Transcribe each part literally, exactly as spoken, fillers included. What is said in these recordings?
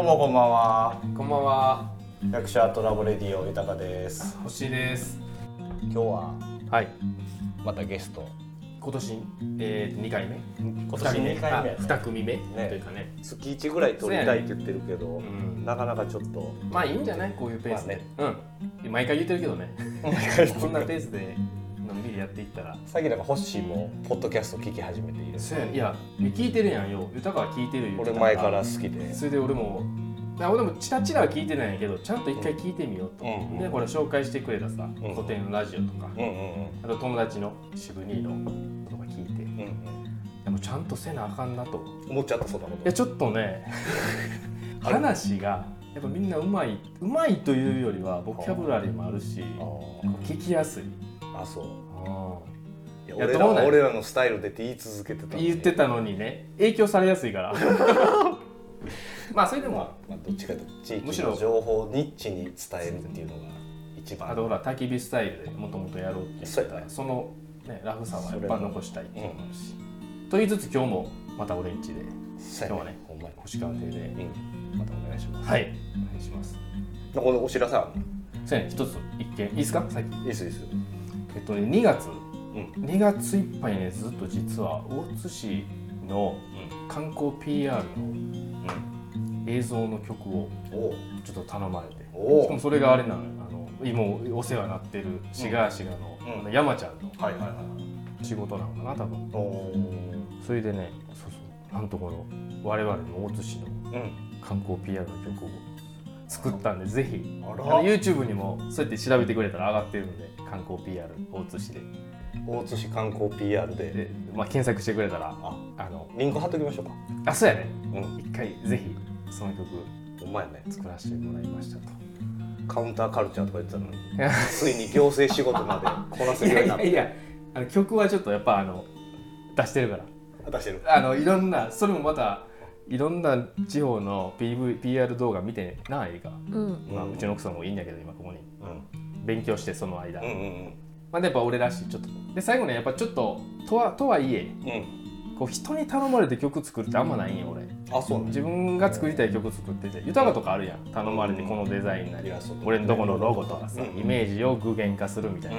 どうもこんばんは。 こんばんは。 役者トラブレディオ豊です。 星です。 今日ははい。 またゲスト。 今年、えー、にかいめ。 今年にかいめ、ね、 に組目、ね、というかね。 月いちぐらい撮りたいって言ってるけど、ね、うん、なかなかちょっと。 まあいいんじゃないこういうペースで。まあね、うん。毎回言ってるけどね。こんなペースでのんびりやっていったら。 さっきなんかホッシーもポッドキャスト聞き始めている。 そうや、いや聞いてるやんよ。豊は聞いてるよ。 俺前から好きで。 それで俺も。俺もチラチラは聞いてないんやけどちゃんと一回聞いてみようと、うん、でこれ紹介してくれたさ、うん、古典ラジオとか、うんうんうん、あと友達の渋兄のとか聞いて、うんうん、でもちゃんとせなあかんなと思っちゃった。そうだろう。 いやちょっとね話がやっぱみんなうまいうまいというよりはボキャブラリーもあるし聞きやすい。 あ、そう。 あいや俺らは俺らのスタイルでって言い続けてた言ってたのにね影響されやすいからまあそれでも、 まあ、どっちかというと地域の情報をニッチに伝えるっていうのが一番。 あとほら焚き火スタイルでもともとやろうって言ってたらその、ね、ラフさはやっぱ残したいっていうのもあるし、うん、と言いつつ今日もまた俺んちで今日はねほんまに星川邸で、うん、またお願いします。はいお願いします。 このお知らせあるのそうやね一つ一件いいですかさっき。 いいですいいです。 えっとねにがつ、うん、にがついっぱいねずっと実は大津市の観光 ピーアール の、うん映像の曲をちょっと頼まれて、しかもそれがあれなのよ、あの今お世話になってる志賀志賀の、うん、山ちゃんの仕事なのかな多分。それでねそうそうなんとこの我々の大津市の観光 ピーアール の曲を作ったんで、ぜひあの YouTube にもそうやって調べてくれたら上がってるので観光 ピーアール 大津市で大津市観光 ピーアール で, で、まあ、検索してくれたらああのリンク貼っておきましょうか。 あそうやね、うん、一回ぜひその曲お前ね作らせてもらいましたと。 カウンターカルチャーとか言ってたのについに行政仕事までこなせるようになって。 いやいやあの曲はちょっとやっぱあの出してるから出してるあのいろんなそれもまたいろんな地方の ピーブイ、ピーアール 動画見てないか、うんまあ、うちの奥さんもいいんだけど今ここに、うん、勉強してその間、うんうんうん、まあやっぱ俺らしいちょっとで最後ねやっぱちょっととはとはいえ、うん、こう人に頼まれて曲作るってあんまないんよ俺。 あそうね、 自分が作りたい曲作ってて豊かとかあるやん頼まれてこのデザインになり、うん、俺のとこのロゴとかさ、うん、イメージを具現化するみたいな、うん、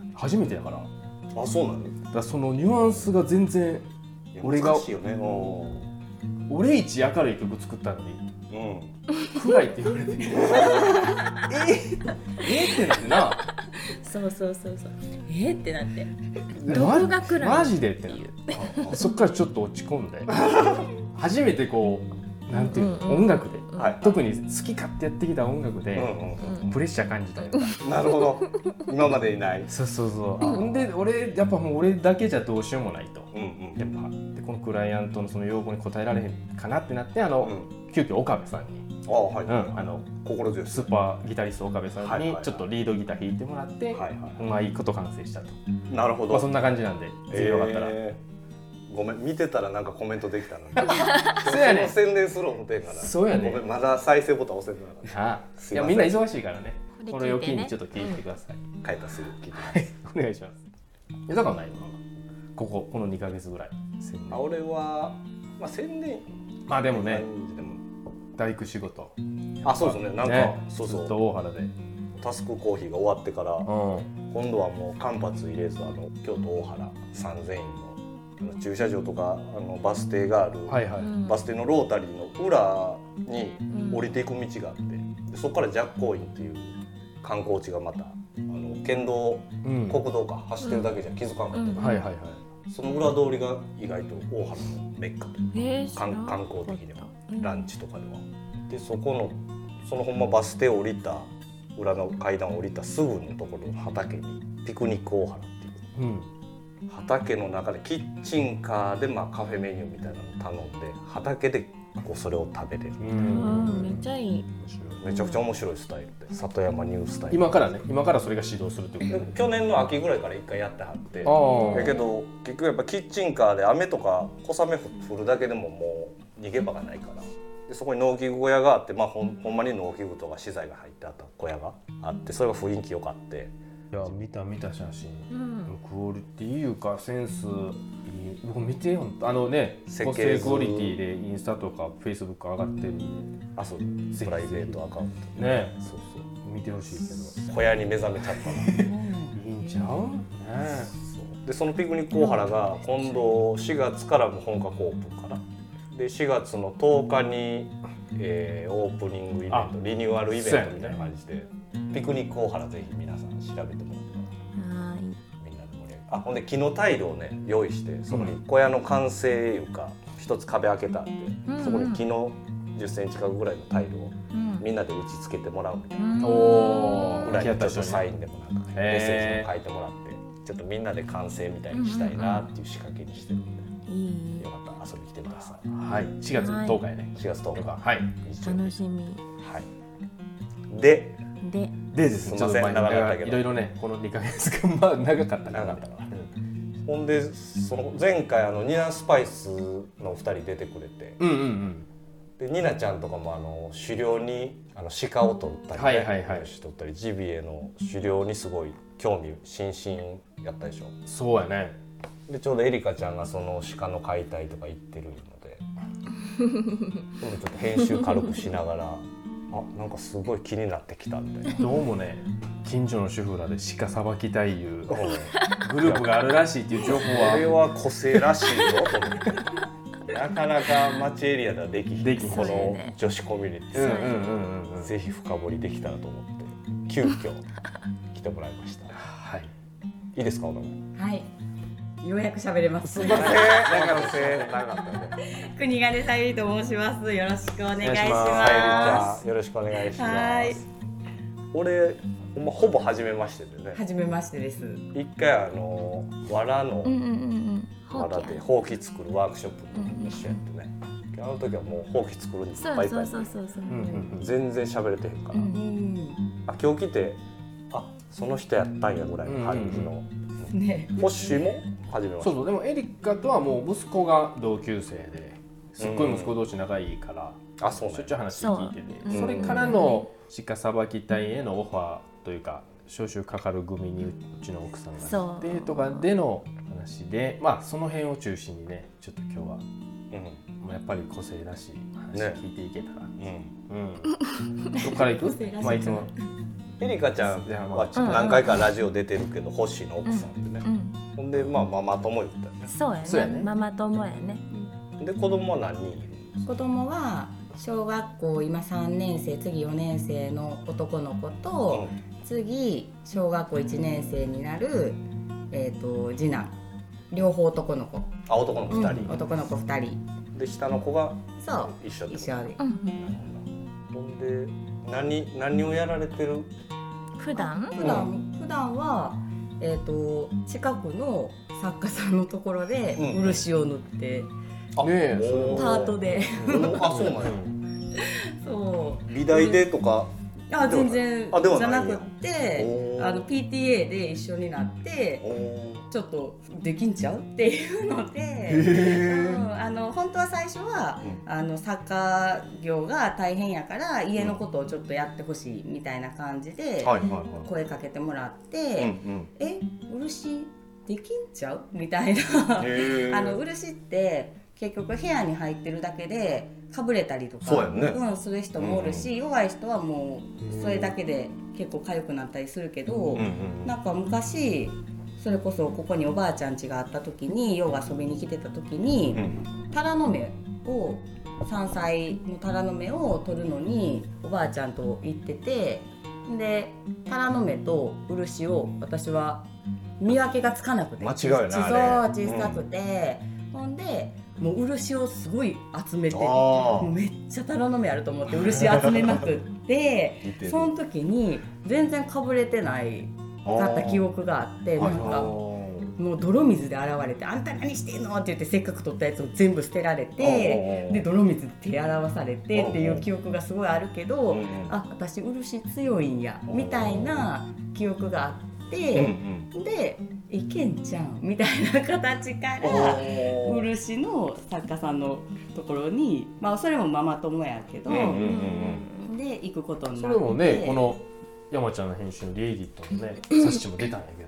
初めてやから。 あそうなの。 だからそのニュアンスが全然俺が難しいよね。 俺一明るい曲作ったのに、うん、暗いって言われてえー、えー、ってなってなそうそうそうそうえー、ってなってどこが暗いマジでってなってそっからちょっと落ち込んで初めてこうなんていうの、うんうん、音楽で、はい、特に好き勝手やってきた音楽で、うんうん、プレッシャー感じたよ。 なるほど今までいないそうそうそう、うん、で俺やっぱもう俺だけじゃどうしようもないと、うんうん、やっぱでこのクライアントのその要望に応えられへんかなってなってあの、うん、急遽岡部さんにあ、はいうん、 あの心強いスーパーギタリスト岡部さんにちょっとリードギター弾いてもらって、はいはい、うまいこと完成したと。 なるほど、 まあ、そんな感じなんでぜひよかったら、えーごめん見てたらなんかコメントできたのにそうやね宣伝する思ってんからそうやねごめんまだ再生ボタン押せてなかった。 ああいやみんな忙しいからねこれを機にちょっと聞いてください、 うん、帰ったすぐ聞いてますお願いします。豊かはないのこここのにかげつぐらい宣伝。あ俺はまあ宣伝まあでもね大工仕事あそうですねなんか、ね、そうそうずっと大原でタスクコーヒーが終わってから、うん、今度はもう間髪入れずあの京都大原三千院の駐車場とかあのバス停がある、はいはい、バス停のロータリーの裏に降りていく道があってでそこから寂光院っていう観光地がまたあの県道、うん、国道か走ってるだけじゃ気づかなかったけど、うんはいはいはい、その裏通りが意外と大原のメッカというか、えー、観光的にはランチとかではでそこのそのほんまバス停を降りた裏の階段を降りたすぐのところの畑にピクニック大原っていう、うん畑の中でキッチンカーでまあカフェメニューみたいなの頼んで畑でこうそれを食べれる。 うんめっちゃいい。 めちゃくちゃ面白いスタイルで里山ニュースタイル。 今からね今からそれが始動するってこと。 去年の秋ぐらいから一回やってはって。だけど結局やっぱキッチンカーで雨とか小雨降るだけでももう逃げ場がないから。でそこに農機具小屋があってまあほん、ほんまに農機具とか資材が入ってあった小屋があってそれが雰囲気良かって。 いや見た見た写真、うん、クオリティいうかセンスい僕見てよあのね個性クオリティでインスタとかフェイスブック上がってるんで、 あそうプライベートアカウントねそうそう見てほしいけど小屋に目覚めちゃったな。 いいんちゃうね。 でそのピクニック大原が今度しがつからも本格オープンかな。でしがつのとおかに、えー、オープニングイベントリニューアルイベントみたいな感じで、ね、ピクニック大原ぜひ皆さん調べてもらってはいみんなで盛り上げあほんで木のタイルをね用意してそこに小屋の完成いうか一つ壁開けたんで、うんうん、そこに木のじゅっセンチ角ぐらいのタイルをみんなで打ち付けてもらうみたいな、うん、裏にちょっとサインでもなんか、ね、メッセージも書いてもらってちょっとみんなで完成みたいにしたいなっていう仕掛けにしてるんで、うんうんうん、よかったら遊びに来てください。 はい、しがつとおかやね。 しがつとおか。 はい。 楽しみ。 はい。で、 で、 でですね。 すみません、長かったけど。 いろいろね、このにかげつかんまあ長かった長かったから。ほんでその前回あのニナスパイスのふたり出てくれて、 うんうんうん。でニナちゃんとかもあの狩猟にあの鹿を取ったり、ね、 はいはいはい、 しとったりジビエの狩猟にすごい興味津々やったでしょ。 そうやね。 でちょうどエリカちゃんがその鹿の解体とか行ってるのでちょっと編集軽くしながらあなんかすごい気になってきたんでどうもね近所の主婦らで鹿さばきたいいうグループがあるらしいっていう情報はこれは個性らしいよと思ってなかなか町エリアではできひんできこの女子コミュニティぜひ深掘りできたらと思って急遽来てもらいました。 はい、 いいですかお名前。 はい。ようやく喋れます。 すみません。長野せ長かったね。 国金さゆりと申します。よろしくお願いします。 さゆりちゃんよろしくお願いします。 はい。 俺ほんまほぼ初めましてでね。 初めましてです。 一回あの藁の藁でほうき作るワークショップに一緒やってね。あの時はもうほうき作るにいっぱいいっぱい。 そうそうそうそう。 全然喋れてへんから。あ今日来てあその人やったんやぐらいの感じの。 ね。 ホッシーも初めまして。 そうそうでもエリカとはもう息子が同級生ですっごい息子同士仲いいから、 あそうね。 しょっちゅう話聞いてて、それからの鹿さばき隊へのオファーというか招集かかる組にうちの奥さんがいてとかでの話で、まあその辺を中心にねちょっと今日は、うん、やっぱり個性らしい話聞いていけたら、ね、うんうん、どっから行く？まあいつもエリカちゃんは何回かラジオ出てるけど、ホッシーの奥さんでね、ほんでまあママ友言ったよね。 そうやね。そうやね。ママ友やね。 で子供は何人いる？ 子供は小学校今さんねんせい次よねんせいの男の子と、うん、次小学校いちねんせいになる、えー、と次男両方男の子。 あ男の子ふたり、 うん、男の子ふたりで下の子がそう一緒で一緒で、 うん、ほんで何何をやられてる？ 普段普段普段は、えー、と近くの作家さんのところで漆を塗って、うんあねえパートであそうなんやそう美大でとかあ全然じゃなくってあの ピーティーエー で一緒になってちょっとできんちゃうっていうので、うん、あの本当は最初は、うん、あの作家業が大変やから家のことをちょっとやってほしいみたいな感じで声かけてもらって、うんうん、え漆できんちゃうみたいなあの漆って結局部屋に入ってるだけでかぶれたりとか、 そうやね、 うん、する人もおるし、うん、弱い人はもうそれだけで結構痒くなったりするけど、うんうん、なんか昔それこそここにおばあちゃん家があった時によう遊びに来てた時に、うん、タラの芽を山菜のタラの芽を取るのにおばあちゃんと行っててでタラの芽と漆を私は見分けがつかなくて間違いないあれ小さくて、うん、ほんでもう漆をすごい集めてもうめっちゃタラの芽あると思って漆集めまくってその時に全然かぶれてないかった記憶があってなんかもう泥水で現れてあんた何してんのって言ってせっかく取ったやつを全部捨てられてで泥水で手洗わされてっていう記憶がすごいあるけどあ私漆強いんやみたいな記憶があってでいけんちゃんみたいな形から漆の作家さんのところにまあそれもママ友やけど、うんうんうん、で行くことになってそれもねこの山ちゃんの編集のリエディットのね冊子も出たんやけど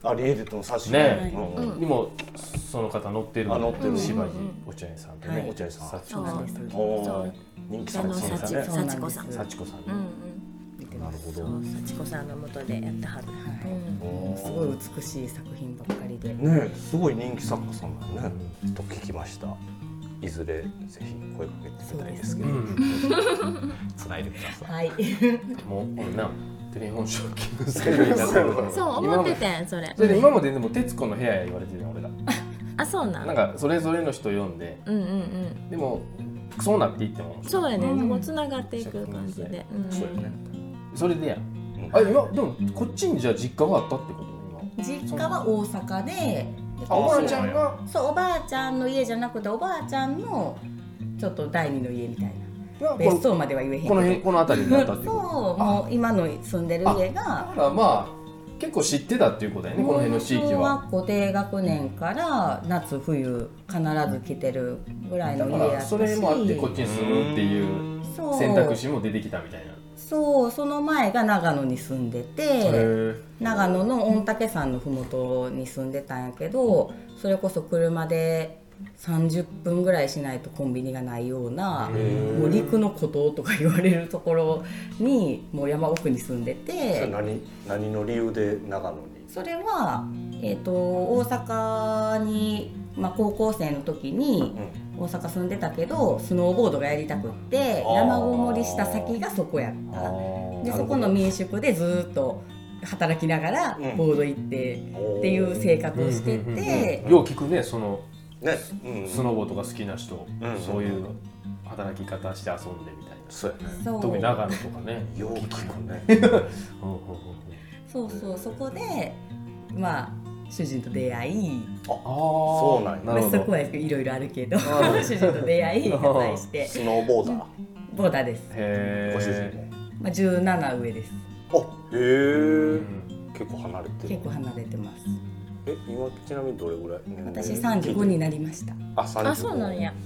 あリエデットの冊子ねにもその方載ってる載ってる柴地落合さんとね落合さん幸子さん人気作家さんですね幸子さん幸子さんなるほど幸子さんの元でやったはずすごい美しい作品ばっかりでねすごい人気作家さんだねと聞きましたいずれぜひ声かけてみたいですけどつないでくださいもうこれなテレフォンショッキングセルになってるそう思っててんそれそれで今まででも徹子の部屋や言われてる俺らあそうなんなんかそれぞれの人呼んでうんうんうんでもそうなっていってもそうやねもうつながっていく感じでそうやねそれでやあ今でもこっちにじゃあ実家があったってこと今実家は大阪であおばあちゃんがそうおばあちゃんの家じゃなくておばあちゃんのちょっと第二の家みたいな別荘までは言えへんけどこのこの辺りにあったってことそうもう今の住んでる家がだからまあ結構知ってたっていうことだよねこの辺の地域は小学校低学年から夏冬必ず来てるぐらいの家やったしそれもあってこっちに住むっていう選択肢も出てきたみたいなそうその前が長野に住んでて長野の御嶽山の麓に住んでたんやけどそれこそ車でさんじゅっぷんぐらいしないとコンビニがないようなもう陸の孤島とか言われるところにもう山奥に住んでてそれ 何, 何の理由で長野にそれは、えーと、大阪に、まあ、高校生の時に大阪住んでたけどスノーボードがやりたくって山ごもりした先がそこやったでそこの民宿でずっと働きながらボード行ってっていう生活をしててよう聞くねそのね、 うん、スノーボードが好きな人、うん、そういう働き方して遊んでみたいなそうやね特に長野とかねよう聞くねそうそうそこでまあ主人と出会いあそうなんや、 まあ、そこはいろいろあるけど主人と出会い対してスノーボーダーボーダーですへご主人も、 まあ、じゅうなな上ですあへえ結構離れてる結構離れてますえ今ちなみにどれぐらい私さんじゅうごになりましたあさんじゅうごあそうなんや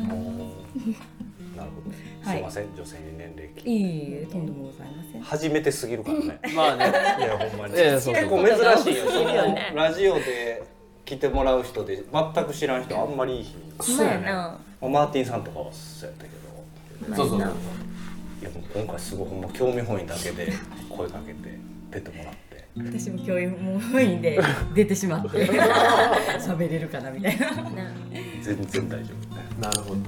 なるほどすいません、はい、女性に年齢聞いいえとんでもございません初めてすぎるからねまあねいやほんまにえー、そう結構珍しいよそのラジオで来てもらう人で全く知らん人あんまりいい日そうやなマーティンさんとかはそうやったけどそうそうそういや今回すごいほんま興味本位だけで声かけて出てもらって私も教員も本位で出てしまって喋れるかなみたいな全然大丈夫なるほどね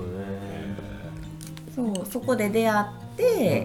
そうそこで出会って、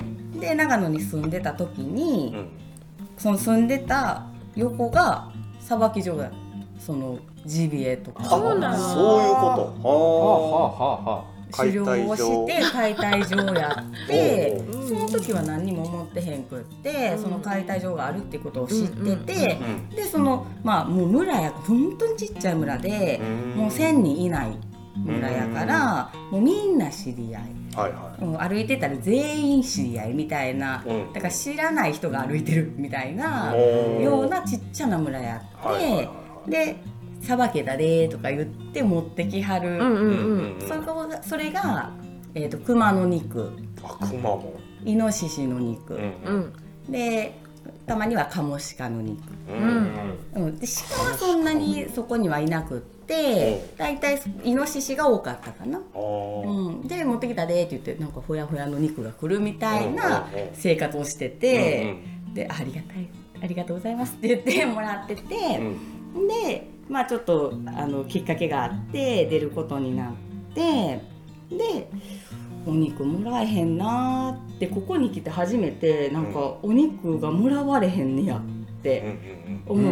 うん、で長野に住んでた時に、うん、その住んでた横がさばき場だそのジビエとかそうなのそういうことはあはあはあ狩猟をして解体場やってその時は何にも思ってへんくってその解体場があるってことを知っててでそのまあもう村や本当にちっちゃい村でもうせんにんいない村やからもうみんな知り合い、はいはいうん、歩いてたら全員知り合いみたいなだから知らない人が歩いてるみたいなようなちっちゃな村やってでさばけだでとか言って持ってきはる、うんうんうん、それが、それが、えーと、熊の肉あ熊もイノシシの肉、うんうん、でたまにはカモシカの肉、うんうん、で鹿はそんなにそこにはいなくってだいたいイノシシが多かったかな、うん、で持ってきたでって言ってなんかほやほやの肉が来るみたいな生活をしてて、うんうん、でありがたいありがとうございますって言ってもらってて、うん、でまあちょっとあのきっかけがあって出ることになってでお肉もらえへんなってここに来て初めてなんかお肉がもらわれへんねやって思って、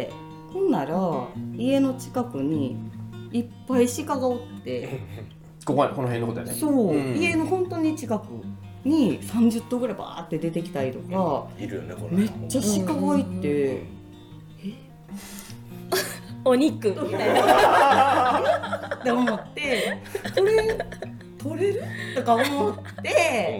うん、ほんなら家の近くにいっぱい鹿がおってこここの辺のことやねそう、うん、家の本当に近くにさんじゅっとうぐらいバーって出てきたりとか、 うん、いるよねこれめっちゃ鹿がいて、うん、えお肉みたいなって思ってこれ取れるとか思って、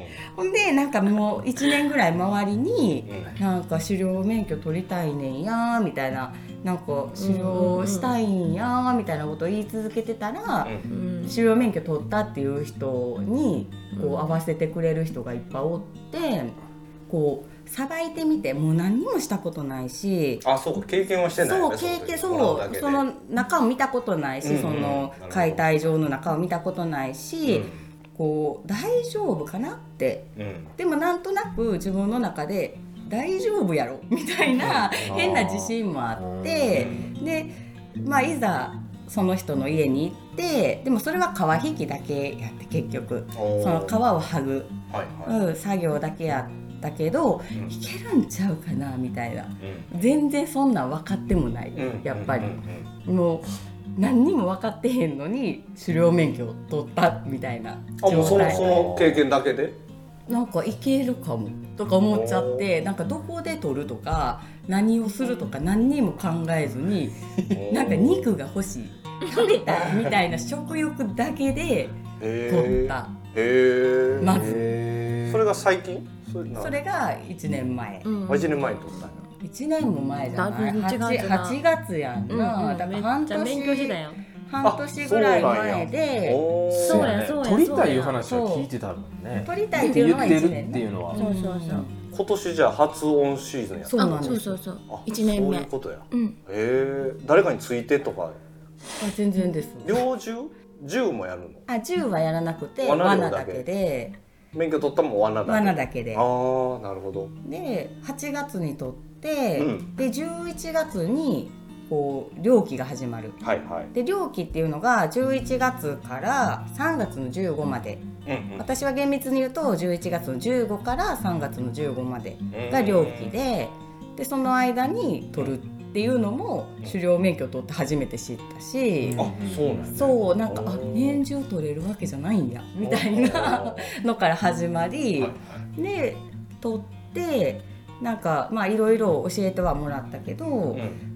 うん、ほんでなんかもういちねんぐらい周りに、うん、なんか狩猟免許取りたいねんやみたいななんか狩猟したいんやみたいなことを言い続けてたら、うん、狩猟免許取ったっていう人にこう合わせてくれる人がいっぱいおってこうさばいてみてもう何にもしたことないし、 あ、そうか、経験はしてないよね。 そう経験そうその中を見たことないし、うんうん、その解体場の中を見たことないし、うん、こう大丈夫かなって、うん、でもなんとなく自分の中で大丈夫やろみたいな変な自信もあって、で、まあ、いざその人の家に行って、でもそれは皮引きだけやって結局その皮を剥ぐ、はいはい、うん、作業だけやったけど、うん、いけるんちゃうかなみたいな、うん、全然そんなん分かってもない、うん、やっぱり、うん、もう何にも分かってへんのに狩猟免許を取ったみたいな状態。 あ、もうその、その経験だけでなんかいけるかもとか思っちゃって、なんかどこで取るとか何をするとか何にも考えずになんか肉が欲しい食べたいみたいな食欲だけで取った。へー、まずそれが最近？ それ、それがいちねんまえ、 うん、いちねんまえに取ったんや。 いちねんも前じゃない？ はちがつやんな、うんうん、だから半年勉強してたよ。 半年ぐらい前で、 そうやそうや取りたいいう話は聞いてたもんね。 取りたいっていうのはいちねんっていうのは、 そうそうそう。 今年じゃあ初オンシーズンやった。 そうなんです。 そうそうそう。いちねんめ。 そういうことや。 うん、 へえ、誰かについてとか。あ、 全然です。 猟銃？銃もやるの？ あ、銃はやらなくて罠だけで。 免許取ったも罠だけ。 罠だけで。 ああ、なるほど。 で、はちがつに取って、うん、でじゅういちがつにこう猟期が始まる、はいはい、で猟期っていうのがじゅういちがつからさんがつのじゅうごまで、うんうん、私は厳密に言うとじゅういちがつのじゅうごからさんがつのじゅうごまでが猟期で、でその間に取るっていうのも狩猟免許を取って初めて知ったし、 あ、そうなんですね。 そう、なんかあ年中取れるわけじゃないんやみたいなのから始まり、で取ってなんかまあいろいろ教えてはもらったけど、うん、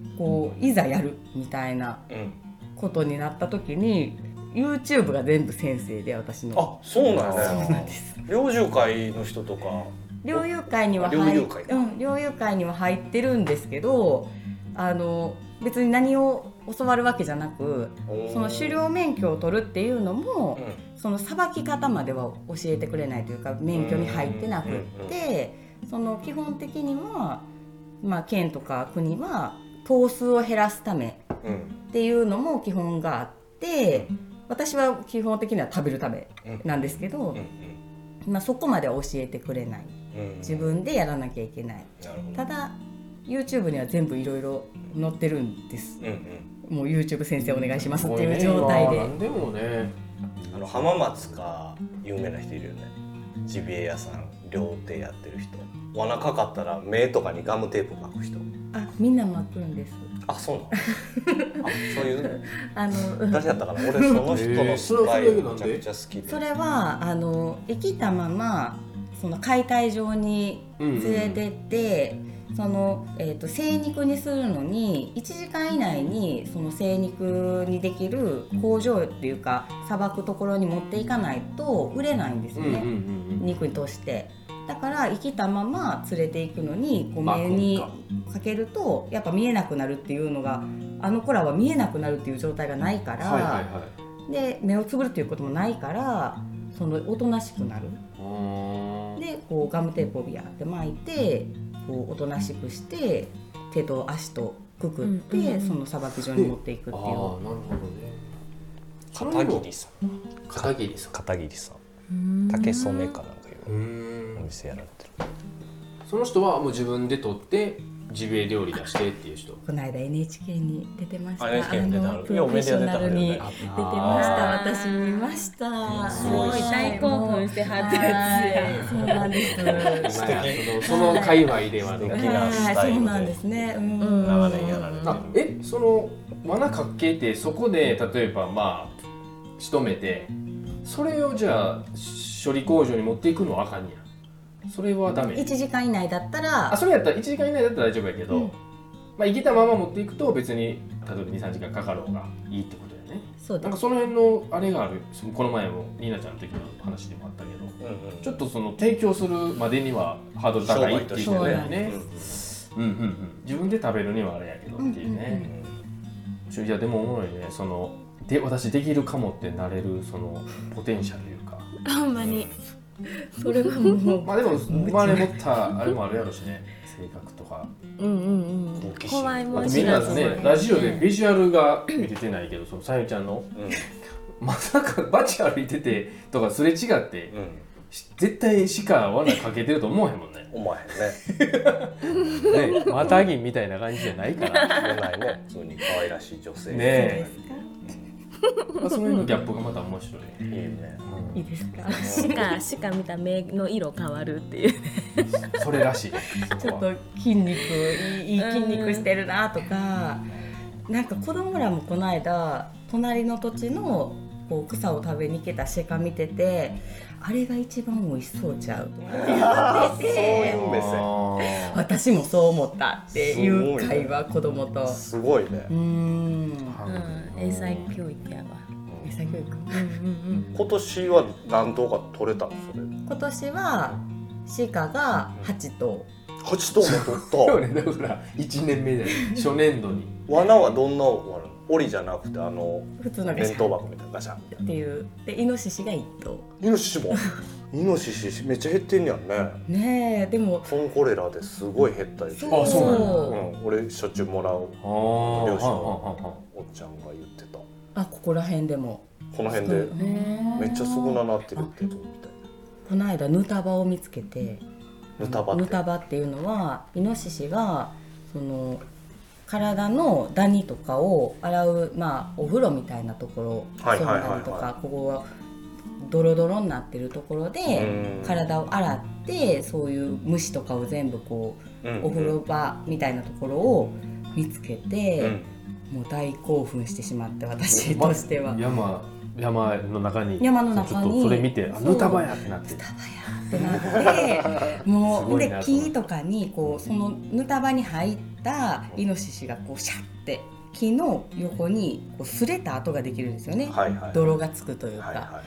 こういざやるみたいなことになった時に YouTube が全部先生で私の。 あ、そうなんですね。そうなんです。 猟友会の人とか。 猟友会には入っ、うん、猟友会には入ってるんですけど、あの別に何を教わるわけじゃなく、その狩猟免許を取るっていうのも、うん、そのさばき方までは教えてくれないというか免許に入ってなくって、その基本的には、まあ、県とか国は頭数を減らすためっていうのも基本があって、私は基本的には食べるためなんですけど、まあ、そこまでは教えてくれない、自分でやらなきゃいけない。ただ YouTube には全部いろいろ載ってるんです、うんうん、もう YouTube 先生お願いしますっていう状態で、 なんでもね、 あの浜松か有名な人いるよね、ジビエ屋さん料亭やってる人、罠かかったら目とかにガムテープ巻く人。 あ、みんな巻くんです。 あ、そうなのあ、そういうあの誰だったかな、俺その人のスパイめちゃくちゃ好きで、 それはあの生きたままその解体場に連れてって、うんうん、そのえーと、精肉にするのにいちじかん以内にその精肉にできる工場っていうかさばくところに持っていかないと売れないんですよね、うんうんうんうん、肉として。だから生きたまま連れていくのにこう目にかけるとやっぱ見えなくなるっていうのが、あの子らは見えなくなるっていう状態がないから、はいはいはい、で目をつぶるっていうこともないからそのおとなしくなる。でこうガムテープをビヤって巻いてこうおとなしくして手と足とくくって、うんうん、そのさばき場に持っていくっていう。あ、なるほどね。片桐さん片桐さん片桐さん竹染めかなんかいうお店やられてる。 その人はもう自分で取ってジビエ料理出してっていう人。 この間 エヌエイチケー に出てました。 あ、エヌエイチケー に出てた。 プロフェッショナルに出てました。私見ました。 すごい大興奮してはったやつ。そうなんです。 今やその界隈では素敵なスタイルで。 そうなんですね。 長年やられてる。 え、その罠かけてそこで例えばまあ仕留めて、それをじゃあ処理工場に持っていくのはあかんや。それはダメ。 いちじかん以内だったら。 あ、それやったらいちじかん以内だったら大丈夫やけど、うん、まあ生きたまま持っていくと別に例えば にさんじかんかかろうがいいってことだよね。 そうです。 なんかその辺のあれがある。この前もニーナちゃんの時の話でもあったけど、うんうん、ちょっとその提供するまでにはハードル高いっていうことだよね。うんうんうん。自分で食べるにはあれやけどっていうね。うんうん、いやでもおもろいね。そので私できるかもってなれるそのポテンシャルというか。 ほんまに。 それはもうまあでも生まれ持ったあれもあるやろしね、性格とか。 うんうんうん怖いもんみんなねラジオでビジュアルが見れてないけど、そのさゆちゃんの、うん、まさかバチ歩いててとかすれ違って、うん、絶対鹿罠かけてると思わへんもんね。 思わへんね。 ね、またぎみたいな感じじゃないから。 ないね。普通に可愛らしい女性。 ね。まあその辺のギャップがまた面白い。 いいね。 いいですか。 鹿鹿見た目の色変わるっていうね。 それらしい。 ちょっと筋肉いい筋肉してるなとか、なんか子供らもこの間隣の土地のこう草を食べに行けた鹿見てて、あれが一番美味しそうちゃうとかって言ってて、 そういう目線。 私もそう思ったっていう会話、子供と。 すごいね。 うーん。 英才教育やわ。 英才教育。 うんうんうん。 今年は何頭か取れたのそれ？ 今年は鹿がはち頭。 はち頭も取った。 そうね、だからいちねんめで初年度に。 罠はどんな罠？檻じゃなくてあの普通のガシャ弁当箱みたいなガシャっていうでイノシシがいっ頭。 イノシシもイノシシめっちゃ減ってんねやんね。 ねえでもフォンコレラですごい減ったりして。 あそうなんだ。 うん、俺しょっちゅうもらう漁師のおっちゃんが言ってた。 あここら辺でもこの辺でめっちゃ少ななってるけどみたいな。 この間ヌタバを見つけて、 ヌタバってヌタバっていうのはイノシシがその体のダニとかを洗う、まあ、お風呂みたいなところ、 はいはいはいはい、 そうとかここがドロドロになってるところで体を洗ってそういう虫とかを全部こう、うんうん、お風呂場みたいなところを見つけて、うん、もう大興奮してしまって私としては、 ま、山, 山の中に山の中にちょっとそれ見てあヌタバやってなってヌタバやってなってもうで木とかにこうそのヌタバに入ったイノシシがこうシャッて木の横にこう擦れた跡ができるんですよね、はいはいはい、泥がつくというか、はいはいはい、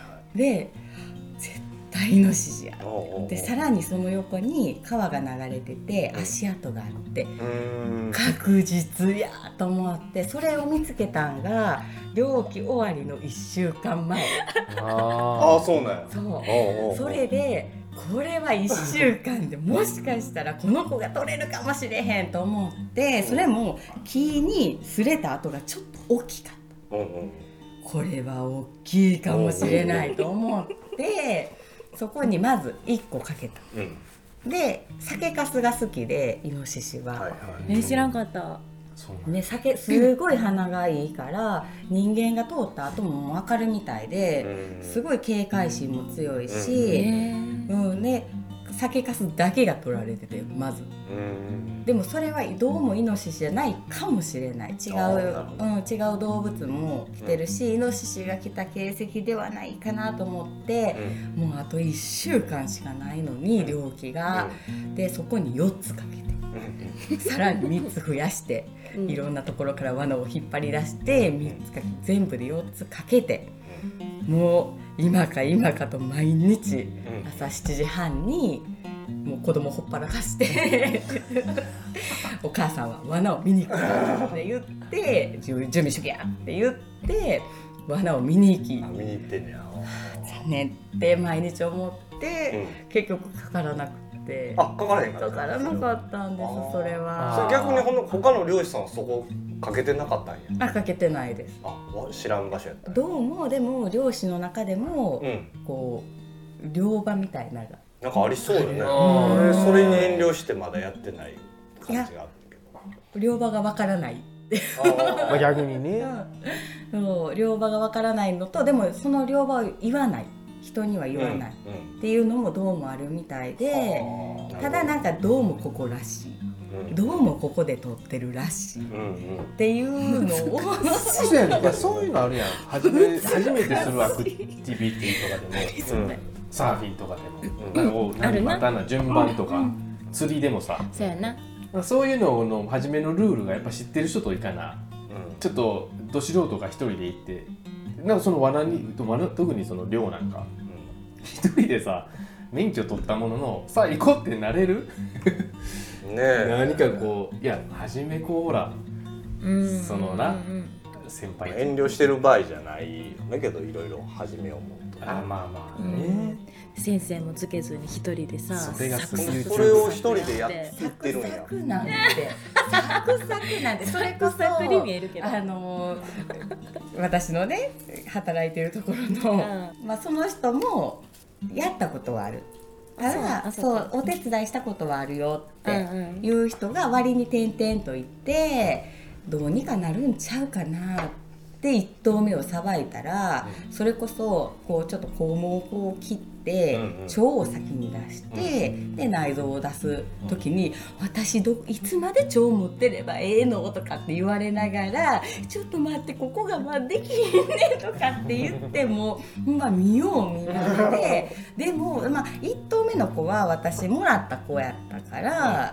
で絶対イノシシやでさらにその横に川が流れてて足跡があって確実やと思ってそれを見つけたんが漁期終わりのいっしゅうかんまえああそうねそうそれでこれはいっしゅうかんでもしかしたらこの子が取れるかもしれへんと思ってそれも木に擦れた跡がちょっと大きかった、うんうん、これは大きいかもしれないと思ってそこにまずいっこかけた、うん、で酒粕が好きでイノシシは、はいはい、 え知らんかったね、酒すごい鼻がいいから人間が通った後も分かるみたいですごい警戒心も強いし、うんうん、で酒粕だけが取られててまずでもそれはどうもイノシシじゃないかもしれない違う、うん、違う動物も来てるし、うん、イノシシが来た形跡ではないかなと思って、うん、もうあといっしゅうかんしかないのに漁期が、うん、でそこによっつかけてさらにみっつ増やしていろんなところから罠を引っ張り出してみっつかけ全部でよっつかけてもう今か今かと毎日朝しちじはんにもう子供ほっぱらかしてお母さんは罠を見に行くって言って準備しとけやって言って罠を見に行き見に行ってんねや残念って毎日思って、うん、結局かからなくてあかからへんかったかからなかったんですそれはそれ逆に他の漁師さんはそこかけてなかったんやあかけてないですあ知らん場所やったどうもでも漁師の中でも、うん、こう漁場みたいなのがなんかありそうよね俺それに遠慮してまだやってない感じがあるけど漁場がわからないあ逆にねそう漁場がわからないのとでもその漁場を言わない人には言わないっていうのもどうもあるみたいで、うん、ただなんかどうもここらしい、うん、どうもここで撮ってるらしい、うん、っていうのをそうやね、いやそういうのあるやん初め初めてするアクティビティとかでも、うん、サーフィンとかでも、うん、なんかまたな順番とか、うん、釣りでもさそうやなそういうのの初めのルールがやっぱ知ってる人といかな、うん、ちょっとど素人が一人で行ってなんかその罠に特にその漁なんか一、うん、人でさ免許取ったもののさあ行こうってなれるねえ何かこういや初めこうほら、うん、そのな、うん、 先輩遠慮してる場合じゃないだけどいろいろ始めよう思うと。 あまあまあね、 うん、先生もつけずに一人でさそれがそれを一人でやってるんや。 サクサクなんてサクサクなんてそれこそサクに見えるけどあの私のね働いてるところの、うん、まあその人もやったことはある。ただそうお手伝いしたことはあるよっていう人が割に点々と言ってどうにかなるんちゃうかなって一投目をさばいたら、うん、それこそこうちょっと肛門をこう切って、うんうん、腸を先に出して、うん、で内臓を出す時に、うん、私どいつまで腸持ってればええのとかって言われながらちょっと待ってここがまあできへんねとかって言ってもまあ見よう見まねででも、まあ、いち投目の子は私もらった子やったから、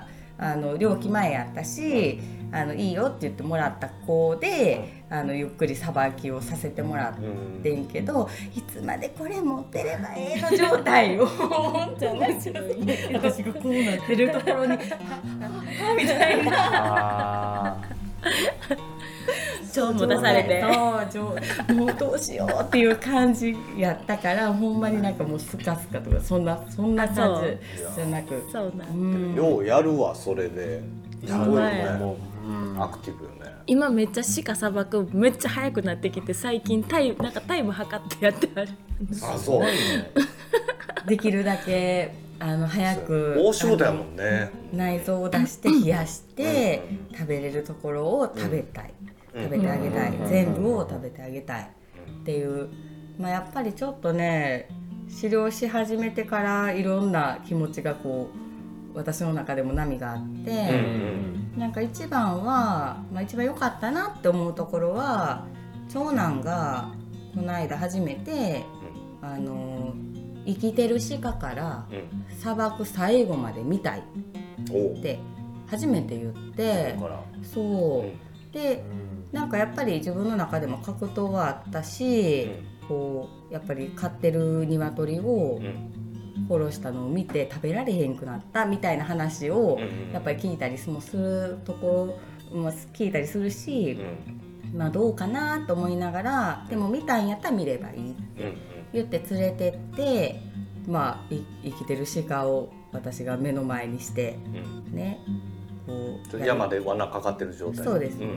うん、あの料金前やったしあのいいよって言ってもらった子であのゆっくりさばきをさせてもらってんけど、いつまでこれ持ってればええの状態をじゃなくて私がこうなってるところにみたいな腸も出されてそうもうどうしようっていう感じやったからほんまになんかもうスカスカとかそんなそんな感じじゃなくそうなん、 うん、 ようやるわそれで。すごいね、もうアクティブよね。 今めっちゃ鹿さばくめっちゃ速くなってきて最近タイなんかタイム測ってやってある。 あそうできるだけあの早く大仕事やもんね。 内臓を出して冷やして食べれるところを食べたい、うん、食べてあげたい、うん、全部を食べてあげたいっていう、まあ、やっぱりちょっとね治療し始めてからいろんな気持ちがこう私の中でも波があって、うんうん、なんか一番は、まあ、一番良かったなって思うところは長男がこの間初めて、うん、あの生きてる鹿からさばく最後まで見たいって初めて言って、うん、そう、うん、でなんかやっぱり自分の中でも格闘があったし、うん、こうやっぱり飼ってる鶏を、うん殺したのを見て食べられへんくなったみたいな話をやっぱり聞いたりもするところも聞いたりするし、うん、まあどうかなと思いながらでも見たんやったら見ればいいって言って連れてってまあ生きてる鹿を私が目の前にしてね、 こう山で罠かかってる状態そうです、うん、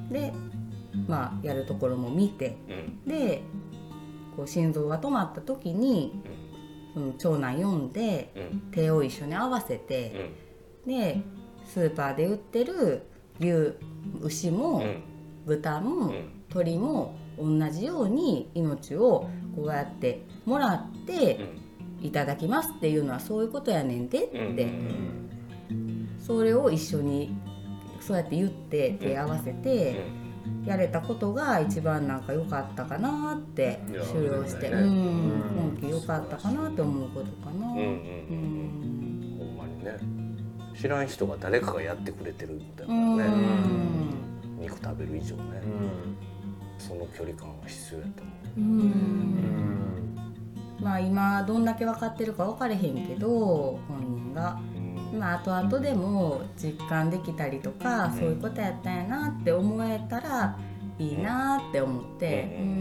でまあやるところも見て、うん、でこう心臓が止まった時に、うんその長男読んで、うん、手を一緒に合わせて、うん、でスーパーで売ってる牛牛も、うん、豚も、うん、鳥も同じように命をこうやってもらって、うん、いただきますっていうのはそういうことやねんでって、うん、それを一緒にそうやって言って手合わせて、うんやれたことが一番なんか良かったかなって終了して、うん、今期良かったかなって思うことかな。うんうんうん、 ほんまにね知らん人が誰かがやってくれてるみたいなね、うん、肉食べる以上ね、うん、その距離感は必要やと思う。うん、うん、 まあ今どんだけ分かってるか分かれへんけど本人が。まあ後々でも実感できたりとか、うん、そういうことやったんやなって思えたらいいなって思って、うんうん、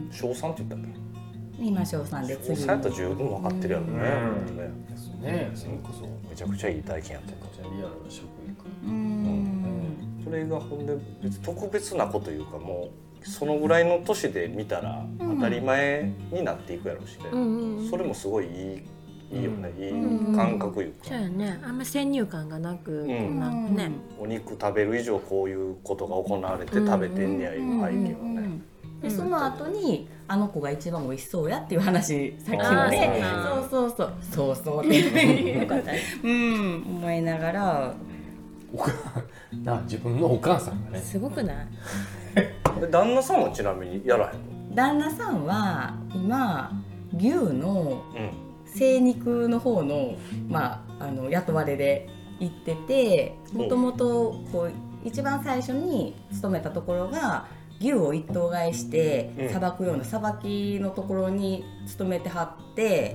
小さんって言ったっけ今小さんで次小さんやったら十分分かってるやろね、うんうんね、それこそめちゃくちゃいい体験やっためちゃくちゃリアルな食育、 うんうん、 それがほんで別特別なこというかもうそのぐらいの年で見たら当たり前になっていくやろうしね、うん、それもすごいいいいいよね、いい感覚いうか、 そうやね、あんま先入観がなく、うん、なんかね、 お肉食べる以上こういうことが行われて食べてんねやいう背景はね、 でその後にあの子が一番美味しそうやっていう話さっきのね、そうそうそうそうそうってうん思いながらな自分のお母さんがねすごくない旦那さんはちなみにやらへんの？ 旦那さんは今牛の、うん精肉の方の、まあ、あの雇われで行っててもともと一番最初に勤めたところが牛を一頭買いしてさばくようなさばきのところに勤めてはって、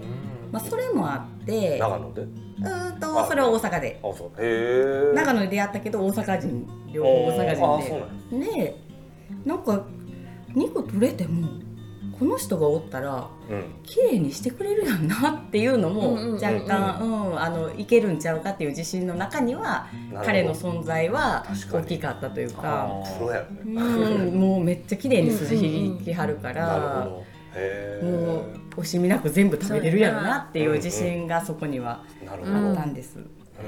まあ、それもあって長野でうんとそれは大阪であそうへ長野で出会ったけど大阪人両方大阪人ででなんか肉取れてもこの人がおったら綺麗にしてくれるやんなっていうのも若干、うん、あのいけるんちゃうかっていう自信の中には彼の存在は大きかったというか、うん、もうめっちゃ綺麗に筋引きはるから、もう惜しみなく全部食べれるやろなっていう自信がそこにはあったんです。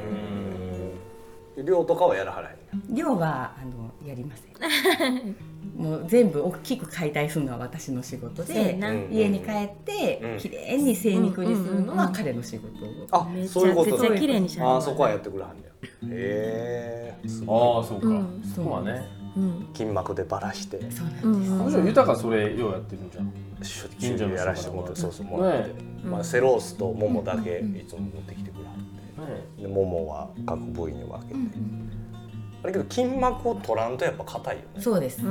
量とかはやらはらへん。量はあのやりません。もう全部大きく解体するのは私の仕事で、家に帰ってきれいに精肉にするのは彼の仕事。 あ、そういうこと。 めっちゃ綺麗にしあ、そこはやってくれはんねや。へえ。 ああ、そうか。そうはね。 筋膜でばらして。 そうなんです。 むしろ豊かそれようやってるんじゃん。 近所にやらしてもらって、そうそうもらって。まあセロースとモモだけいつも持ってきてくれはって。でももは各部位に分けて、うんうん、あれけど筋膜を取らんとやっぱ硬いよね。 そうです、うん、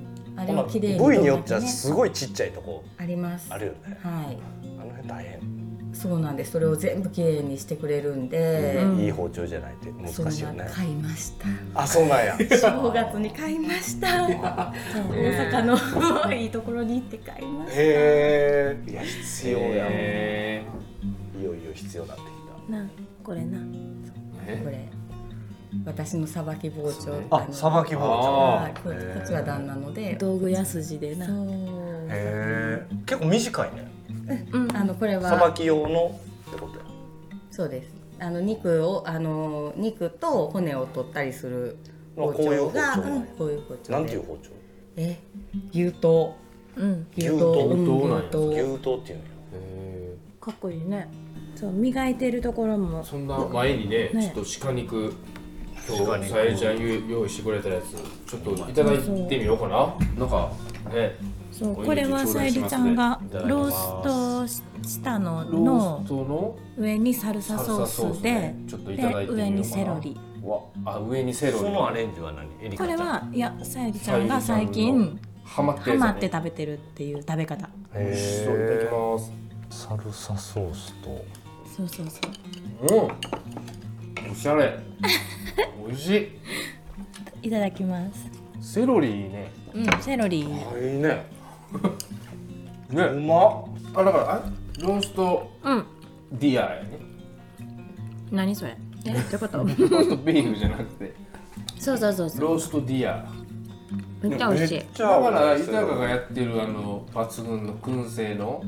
あれは綺麗に部位によってはすごいちっちゃいとこあります。 あるよね。 はい、 あの辺大変。 そうなんです。それを全部綺麗にしてくれるんで、 うん、いい包丁じゃないって難しいよね。 買いました。 あ、そうなんや。 正月に買いました。大阪のいいところに行って買いました。 へえ。いや必要や。いよいよ必要になってきた。 なこれな。 これ私のさばき包丁。 あ、さばき包丁。 こっちは旦那ので道具やすじでな。へえ。結構短いね。 あのこれはさばき用のってことや。 そうです。あの肉をあの肉と骨を取ったりする包丁がこういう包丁。 なんていう包丁？ え、牛刀。 うん。 牛刀。牛刀なんや。 牛刀っていうのよ。 かっこいいね。そう、磨いてるところもそんな前にね、ちょっと鹿肉今日さえちゃん用意してくれたやつちょっといただいてみようかな。なんかね、 そうこれはさえりちゃんがローストしたのの上にサルサソースで、で上にセロリ。 あ、上にセロリ。 そのアレンジは何？ これはいやさえりちゃんが最近ハマって食べてるっていう食べ方。 美味しそう。いただきます。 サルサソースと。 そうそうそう。 うん。おしゃれ。美味しい。いただきます。 セロリね。 うん、セロリ。 あ、いいね。 ね、うま。あ、だからあロースト。うん。ディアやね。 何それ？え、ってこと？ローストビーフじゃなくて。 そうそうそうそう。 ローストディア。 めっちゃ美味しい。 だから豊がやってるあの抜群の燻製の、うん、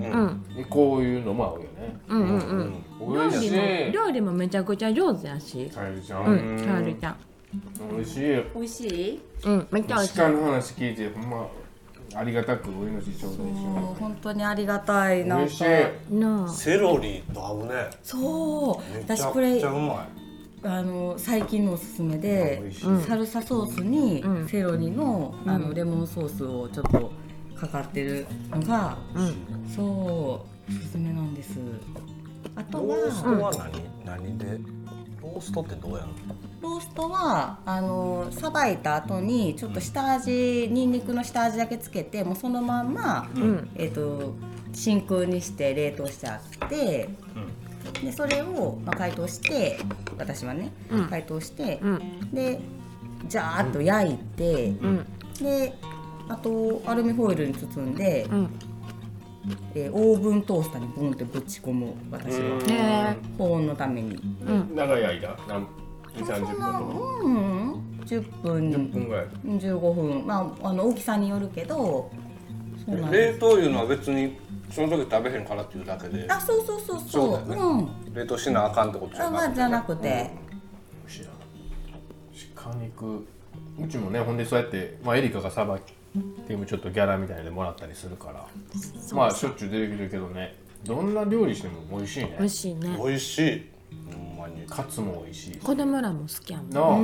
こういうのも合うよね。 うんうんうん。料理も料理もめちゃくちゃ上手やし。 さゆりちゃん。 うん、さゆりちゃん。 美味しい。 美味しい？ うん、めっちゃ美味しい。 鹿の話聞いてほんまありがたくお命ちょうだいしょ。 本当にありがたい。なんかセロリと合うね。 そう。私これめっちゃうまい。あの最近のおすすめで、サルサソースにセロリの、あのレモンソースをちょっとかかってるのが、そうおすすめなんです。あとはローストは何？何で？ローストってどうやるの？ ローストはあのさばいた後にちょっと下味、ニンニクの下味だけつけて、もうそのまんま、えっと真空にして冷凍してあって。でそれを、まあ、解凍して私はね、うん、解凍して、うん、でジャーッと焼いて、うん、であとアルミホイルに包んで、うん、えー、オーブントースターにボンってぶち込む私は保温のために、 うん、長い間何にさんじゅっぷんとか、 うん、じゅっぷんじゅっぷんぐらいじゅうごふん、まあ、あの大きさによるけどそうなんです。冷凍いうのは別にその時食べへんからっていうだけで。 あ、そうそうそうそう。そうだよね。うん、 冷凍しなあかんってことじゃなくて、ね。 じゃなくて。 うん、し鹿肉。うちもね、ほんでそうやって、まあエリカがさばきっていうちょっとギャラみたいなのでもらったりするから。まあしょっちゅう出てくるけどね。どんな料理しても美味しいね。 美味しいね。 美味しい。ほんまに。 カツも美味しい。 子供らも好きやもん。 なあ。うん。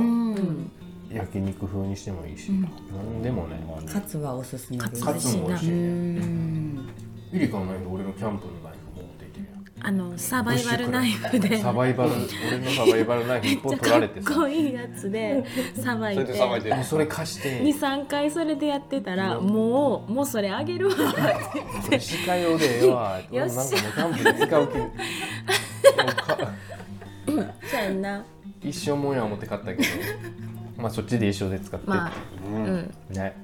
焼肉風にしてもいいし、うん、なんでもね。 カツはおすすめです。 カツも美味しいね。ゆりかのナイフ、俺のキャンプのナイフ持っていてるやん。 あのサバイバルナイフで。 サバイバル、俺のサバイバルナイフ一本取られてさ。 かっこいいやつでさばいて。 それでさばいて。 それ貸して。 二三回それでやってたら、もうもうそれあげるわって。 鹿用でええわ。 よっしゃ。 なんかもうキャンプで使う気。 そうやんな。 一生もんや思って買ったけど。まあそっちで一生で使って。 まあ、うん。 ね。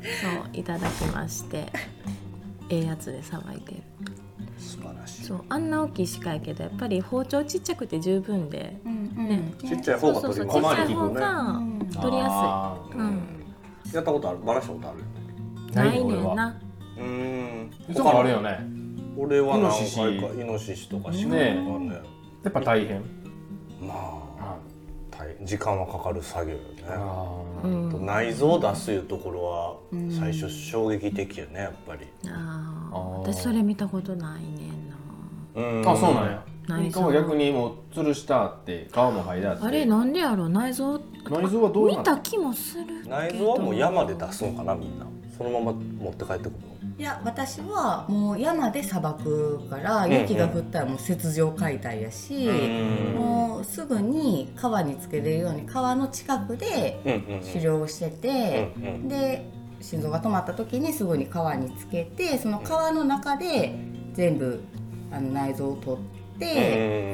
いただきましてええやつでさばいてる。 素晴らしい。 そうあんな大きい鹿やけどやっぱり包丁ちっちゃくて十分で、 うんうんね、 ちっちゃい方が取りそうそうそうちっちゃい方が取りやすい、うん、 やったことある？バラしたことある？ ないねんな。 うーん。 いつもあるよね。 俺は何回かイノシシとかしかね。 やっぱ大変。 まあ大時間はかかる作業よね。 うん、 内臓を出すいうところは最初衝撃的よねやっぱり。 ああ、私それ見たことないねんな。 うん、あ、そうなんや。内臓は逆にもう吊るしたって皮も剥いであって。 あれなんでやろう内臓。 内臓はどうなの？ 見た気もするけど。 内臓はもう山で出すのかなみんな。そのまま持って帰ってくるの？ いや私はもう山でさばくから雪が降ったらもう雪上解体やし、うん、もうすぐに川につけれるように川の近くで狩猟してて、うんうん、で心臓が止まった時にすぐに川につけてその川の中で全部あの内臓を取って、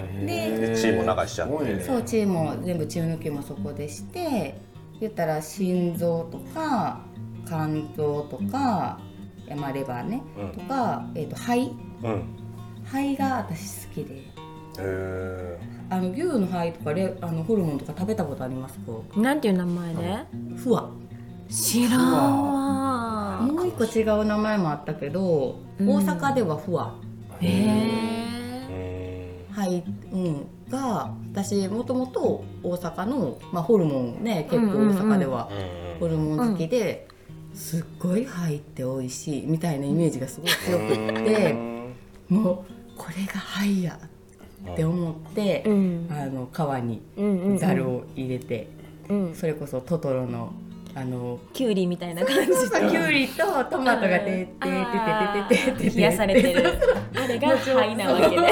うん、で血も流しちゃって、 そう血も全部血抜きもそこでして言ったら心臓とか肝臓とかまあ、レバーね、うん、とか、えー、と肺、うん、肺が私好きで、へあの牛の肺とかレあのホルモンとか食べたことありますか？ なんていう名前で？ フワ。 知らんわ。 もう一個違う名前もあったけど、うん、大阪ではフワ。 へえ。 肺、うん、が私もともと大阪の、まあ、ホルモンね結構大阪ではホルモン好きで。うんすっごい入って美味しいみたいなイメージがすごい強くってもうこれが肺やって思って、うん、あの皮にざるを入れて、うんうん、それこそトトロのあのキュウリみたいな感じでキュウリとトマトがててててててて冷やされてるあれが肺なわけね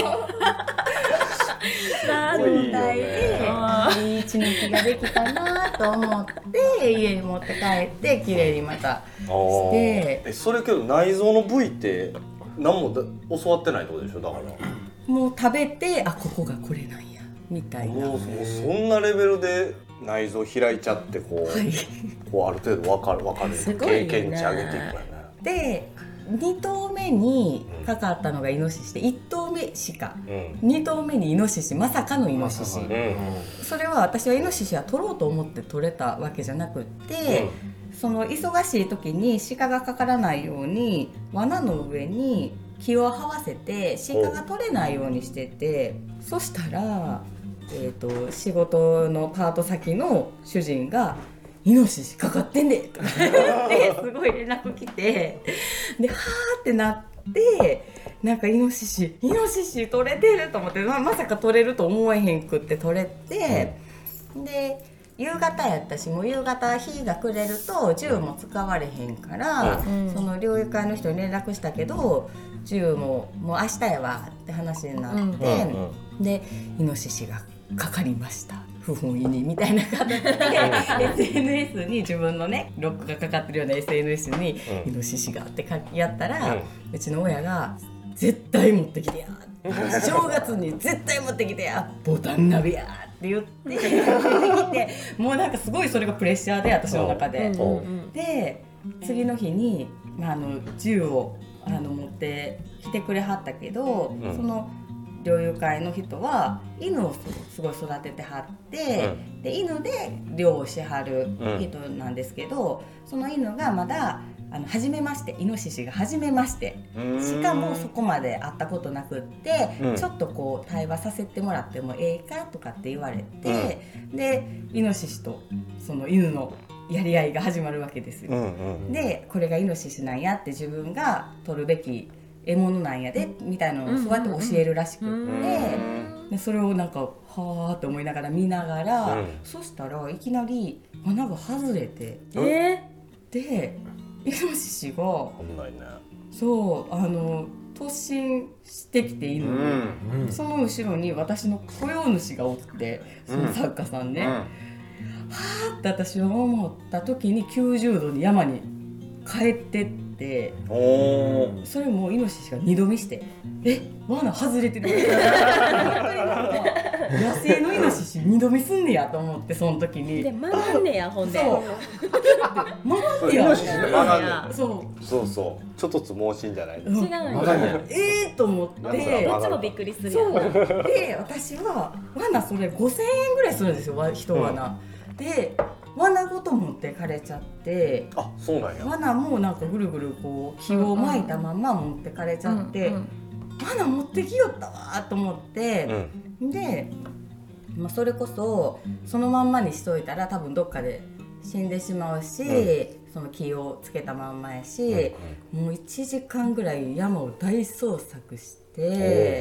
状態でいい血抜きができたなと思って家に持って帰ってきれいにまたしてえそれけど内臓の部位って何もだ教わってないってことでしょだからもう食べてあここがこれなんやみたいなもうそんなレベルで内臓開いちゃってこう、はい、こうある程度分かる分かる経験値上げていくからねでに頭目にかかったのがイノシシでいち頭目鹿、うん、に頭目にイノシシまさかのイノシシ、うん、それは私はイノシシは取ろうと思って取れたわけじゃなくって、うん、その忙しい時に鹿がかからないように罠の上に木を這わせて鹿が取れないようにしててそしたら、えーと、仕事のパート先の主人がイノシシかかってんでとか言ってすごい連絡来てではーってなってなんかイノシシイノシシ取れてると思って、まあ、まさか取れると思えへんくって取れて、うん、で夕方やったしもう夕方日が暮れると銃も使われへんから、うん、その猟友会の人に連絡したけど銃ももう明日やわって話になって、うんうん、でイノシシがかかりました不本意にみたいな形でエスエヌエス に自分のねロックがかかってるような エスエヌエス に、うん、イノシシがって書きやったら、うん、うちの親が絶対持ってきてや正月に絶対持ってきてやボタン鍋やって言って出てきてもうなんかすごいそれがプレッシャーで私の中で、うん、で次の日に、まあ、あの銃をあの持ってきてくれはったけど、うん、その猟友会の人は犬をすごい育ててはって、うん、で犬で猟をしはる人なんですけど、うん、その犬がまだあの初めましてイノシシが初めましてしかもそこまで会ったことなくって、うん、ちょっとこう対話させてもらってもええかとかって言われて、うん、でイノシシとその犬のやり合いが始まるわけですよ、うんうん、でこれがイノシシなんやって自分が取るべき獲物なんやでみたいなのをそうやって教えるらしくって、うんうん、でそれをなんかはーって思いながら見ながら、うん、そしたらいきなり穴が外れて、うん、でイノシシが危ないねそうあの突進してきているので、うんうん、その後ろに私の雇用主がおってその作家さんね、うんうん、はーって私は思った時にきゅうじゅうどに山に帰ってっておそれもイノシシが二度見してえ罠外れてる野生のイノシシ二度見すんねやと思って、その時にで学んねや、ほんでそう学んねや、 イノシシって学んねん。 そうそうそう、ちょっとつ盲信じゃない。 違うんや。 えーと思ってどっちもびっくりするやん。 そうで、私は罠それごせんえんぐらいするんですよ、一罠、うん、で罠ごと持ってかれちゃって、 あ、そうなんや。 罠もなんかぐるぐるこう火を巻いたまま持ってかれちゃって、うんうん、罠持ってきよったわと思って、うん、で、まあ、それこそそのまんまにしといたら多分どっかで死んでしまうし、うん、その気をつけたまんまやし、うんうん、もういちじかんぐらい山を大捜索して、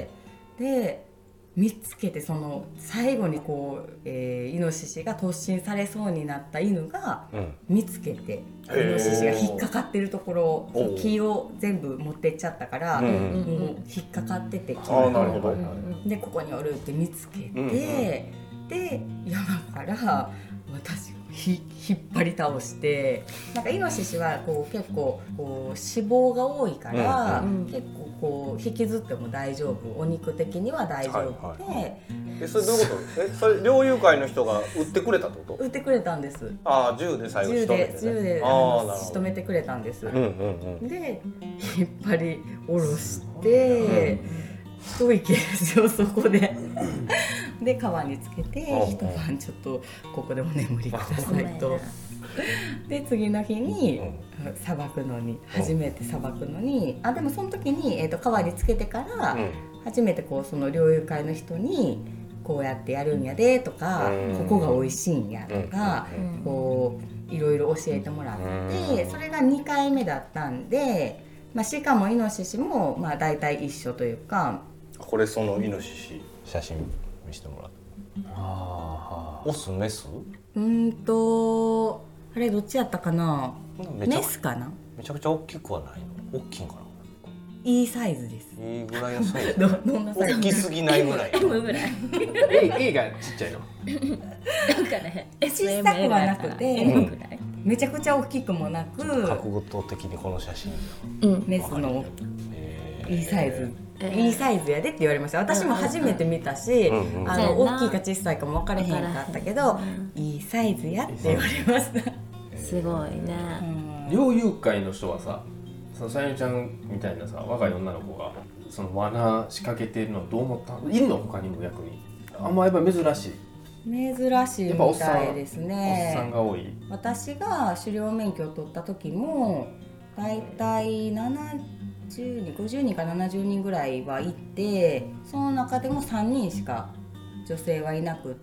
で見つけて、その最後にこう、えー、イノシシが突進されそうになった犬が見つけて、うん、イノシシが引っかかってるところを木を全部持ってっちゃったから、もう引っかかってて、木がでここにおるって見つけて、うんうん、で山から私をひ引っ張り倒して、なんかイノシシはこう結構こう脂肪が多いから、うんうん、結構こう引きずっても大丈夫、お肉的には大丈夫で、はいはい、 えそれどういうこと？えそれ猟友会の人が撃ってくれたってこと？ 撃ってくれたんです。 ああ、銃で最後仕留めて、ね、 銃で、銃で仕留めてくれたんです、うんうんうん、で引っ張り下ろして一息ですよ、そこでで川につけて一晩ちょっとここでお眠りくださいとで次の日にさばくのに初めてさばくのに、あでもその時に、えーと川につけてから初めてこうその猟友会の人にこうやってやるんやでとか、ここが美味しいんやとか、こういろいろ教えてもらって、それがにかいめだったんで、まあ、しかもイノシシもまあ大体一緒というか、 これそのイノシシ写真見せてもらって、あオスメスうんとあれどっちやったかな、メスかな。 めちゃくちゃ大きくはないの？大きいんかな。 いいサイズです。 いいぐらいのサイズ。 どどんなサイズ？ 大きすぎないぐらい。 M ぐらい。 A がちっちゃいの。 なんかね、 小さくはなくて、M ぐらい。めちゃくちゃ大きくもなく、 角度的にこの写真、 うん、メスのいいサイズ。いいサイズやでって言われました。私も初めて見たし、うんうん、あの大きいか小さいかも分からへんかったけど、うん、いいサイズやって言われました。 すごいね。 猟友会の人はさ、そのさゆりちゃんみたいなさ若い女の子がその罠仕掛けてるのどう思った？いるの？他にも逆に。あんまやっぱ珍しい。 珍しいみたいですね。 おっさんが多い。 私が狩猟免許を取った時もだいたいななじゅうにん、ごじゅうにんかななじゅうにんぐらいはいて、その中でもさんにんしか女性はいなくって、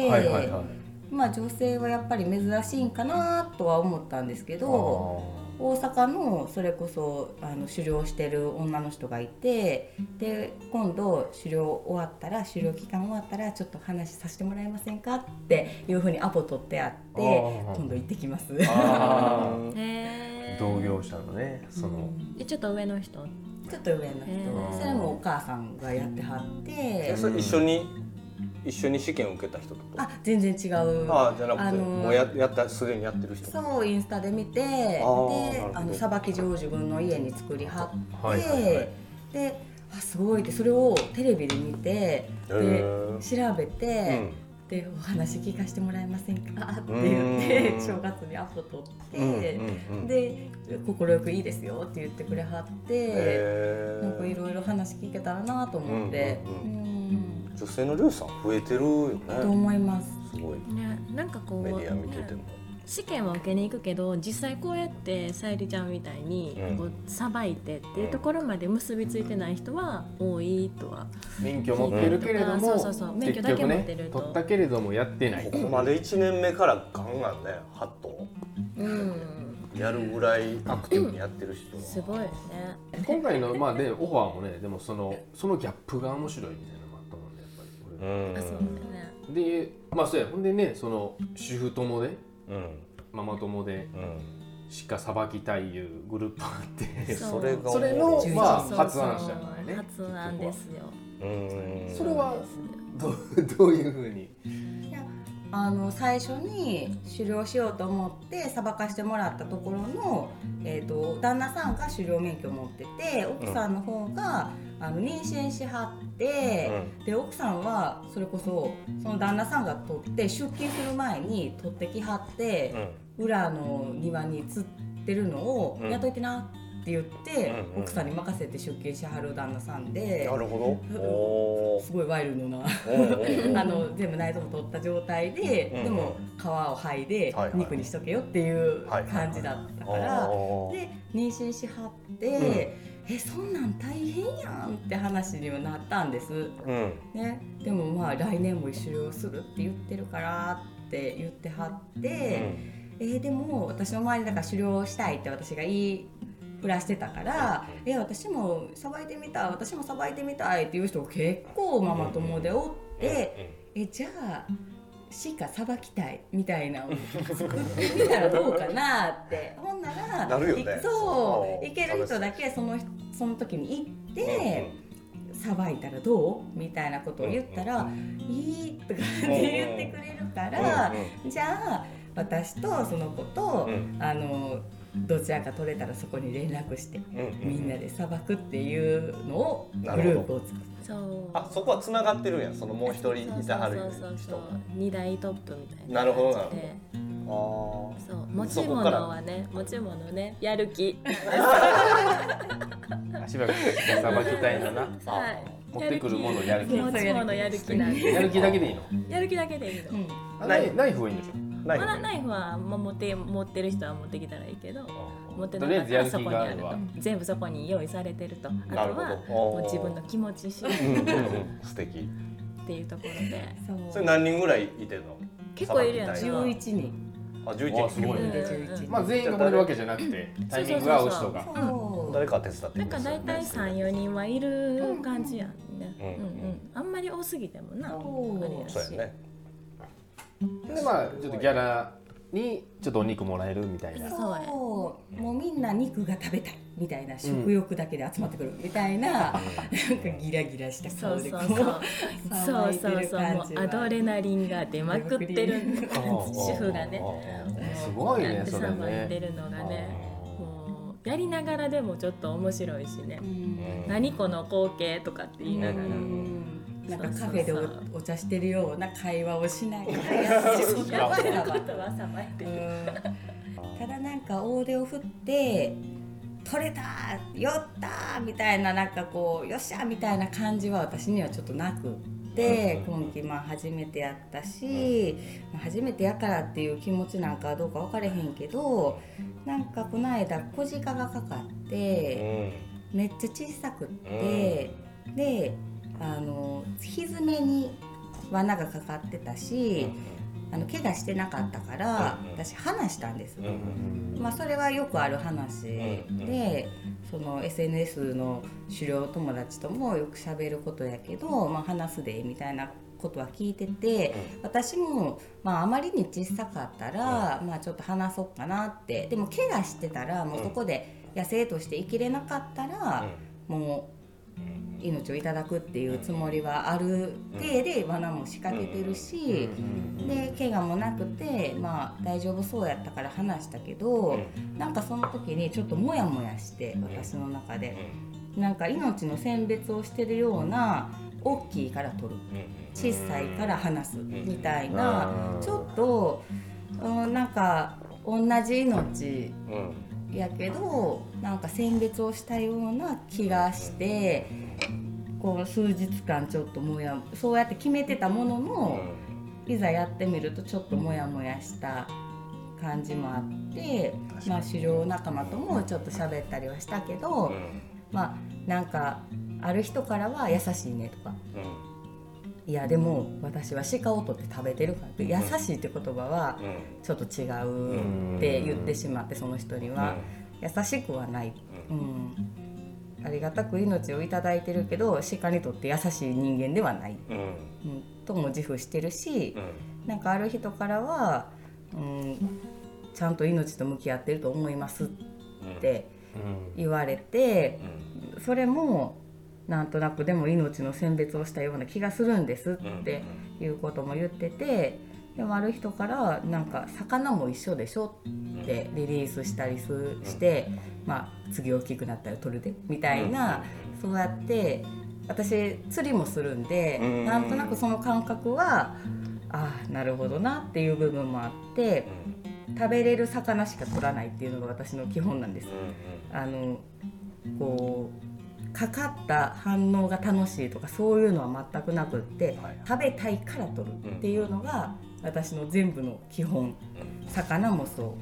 はいはいはい、まあ女性はやっぱり珍しいんかなとは思ったんですけど、大阪のそれこそあの狩猟してる女の人がいて、で今度狩猟終わったら狩猟期間終わったらちょっと話させてもらえませんかっていうふうにアポ取ってあって、今度行ってきます。 あ同業者のね、その、 うん、ちょっと上の人ちょっと上の人、それもお母さんがやってはって、 それ一緒に一緒に試験を受けた人とあ全然違う。 あじゃなくて、あのー、もう や, やったすでにやってる人。 そうインスタで見て、であのさばき場を自分の家に作りはって、はいはいはい、であすごいってそれをテレビで見てで調べて、うんでお話聞かせてもらえませんかって言って正月にアポ取って、うんうんうん、で快くいいですよって言ってくれはって、なんかいろいろ話聞けたらなと思って、うんうんうん、 女性の漁師さん増えてるよねと思います。 すごい、 ね、なんかこうメディア見てても、ね、 試験は受けに行くけど実際こうやってさゆりちゃんみたいにさば、うん、いてっていうところまで結びついてない人は多いとは。 免許持ってるけれども、 そうそうそう免許だけ持ってると、 ね、取ったけれどもやってない。 ここまでいちねんめからガンガンねハット、うん、やるぐらいアクティブにやってる人は、うん、 すごいよね。 今回のまあねオファーもねでもそのそのギャップが面白いみたいなのもあったもんねやっぱり。うん、あそうだね。でまあそうやほんでねその主婦友で、うん、ママ友で。うん鹿さばきたいいうグループがあってそれがそれの、まあ、発案者なんね。 発案ですよ。 うんそれはどう、どういうふうに？ いやあの最初に狩猟しようと思ってさばかしてもらったところの、えーと、旦那さんが狩猟免許を持ってて奥さんの方があの妊娠しはって、うん、で奥さんはそれこそその旦那さんが取って出勤する前に取ってきはって、うん、裏の庭に釣ってるのを、うん、やっといてなって言って、うんうん、奥さんに任せて出勤しはる旦那さんで、 なるほどすごいワイルドなあの全部内臓も取った状態で、うんうん、でも皮を剥いで肉にしとけよっていう感じだったから、はいはい、で妊娠しはって、うん、えそんなん大変やんって話にはなったんです、うんね、でもまあ来年も狩猟するって言ってるからって言ってはって、うん、えー、でも私の周りだから狩猟したいって私が言いプラしてたから、え私もさばいてみたい私もさばいてみたいっていう人が結構ママ友でおって、えじゃあ鹿さばきたいみたいなのを作ってみたらどうかなってほんならなるよね、 そう行ける人だけそのその時に行ってさばいたらどうみたいなことを言ったら、いいとかって言ってくれるから、じゃあ私とその子と、あのどちらか取れたらそこに連絡して、うんうん、みんなでさばくっていうのをグループを作る。 そうあそこはつながってるんやそのもう一人いたはる人が。そうそうそうそう二大トップみたいな。なるほどなるほど。あそう持ち物はね持ち物ねやる気。 しばらくさばきたいんだな。はい。持ってくるものやる気。 持ち物やる気なんで。 やる気だけでいいの？ やる気だけでいいの。 うん、ナイナイフはいいんでしょ？ ナイフ、まあ、ナイフは持って持ってる人は持ってきたらいいけど、持ってなかったらそこにあると全部そこに用意されてると、あとはもう自分の気持ちし素敵っていうところで。 それ何人ぐらいいてるの？ 結構いるやん。じゅういちにん。 あ、じゅういちにんすごいね。 まあ全員が来るわけじゃなくてタイミングが合う人が誰か手伝って。 なんか大体三よにんはいる感じやんね。うんうん。あんまり多すぎてもな。 そうやね。 でまあちょっとギャラにちょっとお肉もらえるみたいな。 そうもうみんな肉が食べたいみたいな、食欲だけで集まってくるみたいな、うん、なんかギラギラした顔でこうそうそうそうもうアドレナリンが出まくってる主婦がねすごいねそれね。 さばいてるのがねもうやりながらでもちょっと面白いしね、うん、何この光景とかって言いながら。うんなんかカフェで お, お茶してるような会話をしながらやってるやばいなことはさばいてる。ただなんか大手を振って取れたよったみたいななんかこうよっしゃみたいな感じは私にはちょっとなくって、今期まあ初めてやったし、まあ、初めてやからっていう気持ちなんかどうか分かれへんけど、なんかこの間小鹿がかかってめっちゃ小さくってであのひずめに罠がかかってたし、あの怪我してなかったから私話したんです、まあ、それはよくある話で、その エスエヌエス の狩猟友達ともよく喋ることやけど、まあ、話すでみたいなことは聞いてて、私も、まあ、あまりに小さかったら、まあ、ちょっと話そうかなって。でも怪我してたらもうそこで野生として生きれなかったらもう命をいただくっていうつもりはある体で罠も仕掛けてるし、で怪我もなくて、まあ、大丈夫そうやったから話したけど、なんかその時にちょっとモヤモヤして私の中でなんか命の選別をしてるような、大きいから取る小さいから話すみたいな、ちょっと、うん、なんか同じ命やけどなんか選別をしたような気がして、こう数日間ちょっともやそうやって決めてたものの、いざやってみるとちょっとモヤモヤした感じもあって、まあ狩猟仲間ともちょっと喋ったりはしたけど、まあなんかある人からは優しいねとか、いやでも私は鹿を取って食べてるからって、優しいって言葉はちょっと違うって言ってしまって、その人には優しくはない、うん、ありがたく命をいただいてるけど鹿にとって優しい人間ではない、うんうん、とも自負してるし、うん、なんかある人からは、うん、ちゃんと命と向き合ってると思いますって言われて、それもなんとなくでも命の選別をしたような気がするんですっていうことも言ってて、 でもある人からなんか魚も一緒でしょってリリースしたりして、まあ次大きくなったら取るでみたいな、そうやって私釣りもするんで、なんとなくその感覚はああなるほどなっていう部分もあって、食べれる魚しか取らないっていうのが私の基本なんです。あのこうかかった反応が楽しいとかそういうのは全くなくって、食べたいから取るっていうのが私の全部の基本。魚もそう、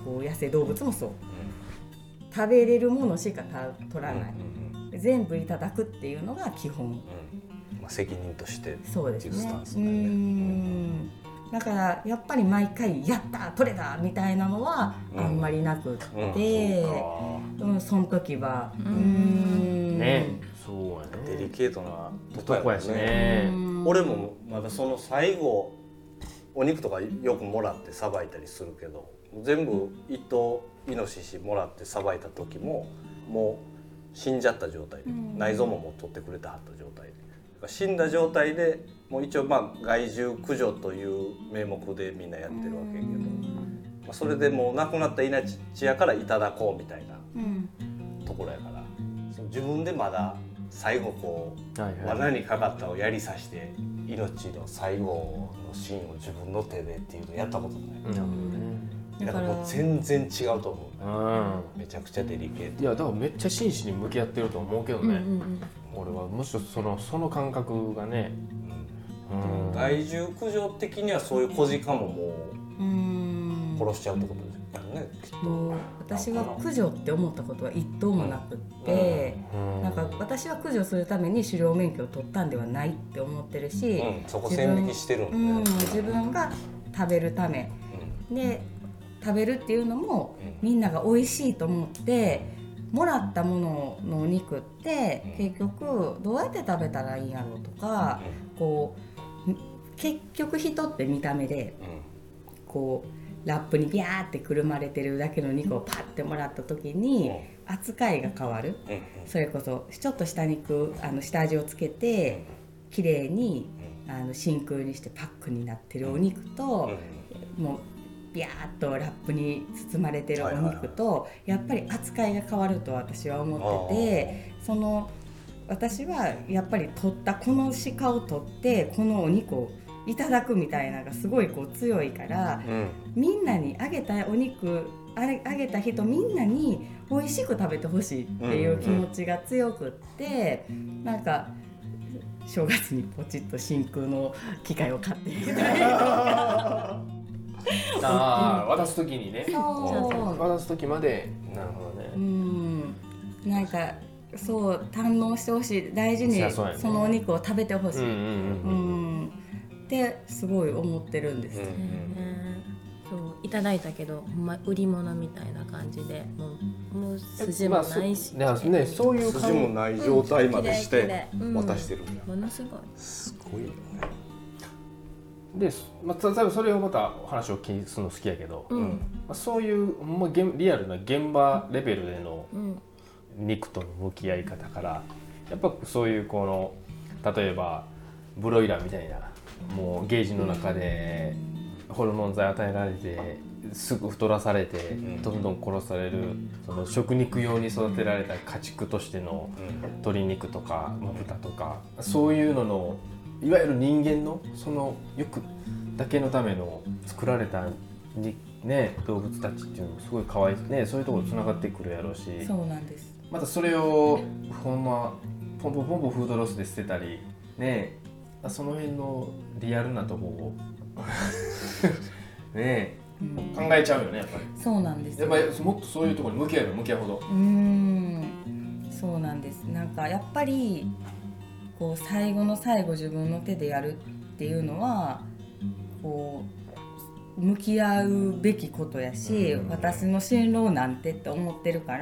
こう野生動物もそう、食べれるものしか取らない、全部いただくっていうのが基本、うんまあ、責任としてそうですね。 スタンスだうね。 んだからやっぱり毎回やった取れたみたいなのはあんまりなくって、うんうん、その時はうーんね、そうやね。 デリケートなとこやしね。 俺もまだその最後お肉とかよくもらってさばいたりするけど、全部一頭イノシシもらってさばいた時ももう死んじゃった状態で、内臓ももう取ってくれてはった状態で、死んだ状態でもう一応まあ害獣駆除という名目でみんなやってるわけやけど、まあ、それでもう亡くなった命やからいただこうみたいなところやから、その自分でまだ最後こう、はいはい、罠にかかったを槍刺して命の最後のシーンを自分の手でっていうのやったことない、うん、だからもう全然違うと思う、うん、めちゃくちゃデリケート。 いやだからめっちゃ真摯に向き合ってると思うけどね、うんうんうん、俺はむしろそのその感覚がね、 うんうん、害獣駆除的にはそういう小鹿ももう殺しちゃうってことですよね、きっと。 もう私は駆除って思ったことは一頭もなくって、うんうん、なんか私は駆除するために狩猟免許を取ったんではないって思ってるし、 うん、そこ線引きしてるんで、ね、うん、 自分が食べるため、うん、で食べるっていうのも、うん、みんなが美味しいと思ってもらったもののお肉って、うん、結局どうやって食べたらいいんやろうとか、うん、こう結局人って見た目で、うん、こうラップにビャーってくるまれてるだけの肉をパッてもらった時に、うん、扱いが変わる、うん、それこそちょっと下肉あの下味をつけて綺麗にあの真空にしてパックになってるお肉と、うん、もうビャーっとラップに包まれてるお肉とやっぱり扱いが変わると私は思ってて、その私はやっぱり取ったこの鹿を取ってこのお肉をいただくみたいなのがすごいこう強いから、うん、みんなにあげたお肉あれあげた人みんなに美味しく食べてほしいっていう気持ちが強くって、うんうん、なんか正月にポチッと真空の機械を買ってみたりとかあ渡す時にね、渡す時までなるほどね、 うんなんかそう堪能してほしい、大事にそのお肉を食べてほしいってすごい思ってるんです、うんうん、 そういただいたけどほんま売り物みたいな感じでもう、もう筋もないし、 まあそね、そういう筋もない状態までして渡してるんや、 うん、ものすごいすごいよね。 で、まあ、例えばそれをまた話を聞するの好きやけど、うんまあ、そういう、まあ、リアルな現場レベルでの肉との向き合い方からやっぱそういうこの例えばブロイラーみたいなもうゲージの中でホルモン剤与えられてすぐ太らされてどんどん殺される、その食肉用に育てられた家畜としての鶏肉とか豚とかそういうののいわゆる人間のその欲だけのための作られたに、ね、動物たちっていうのもすごいかわいいね、そういうところつながってくるやろうし、 そうなんです。 またそれをほんまポンポンポンポンフードロスで捨てたりね、その辺のリアルなとこをね、うん、考えちゃうよねやっぱり。 そうなんですよ。 やっぱりもっとそういうところに向き合えば向き合うほど。 うーん、そうなんです。なんかやっぱりこう最後の最後自分の手でやるっていうのはこう向き合うべきことやし、うん、私の進路なんてって思ってるから、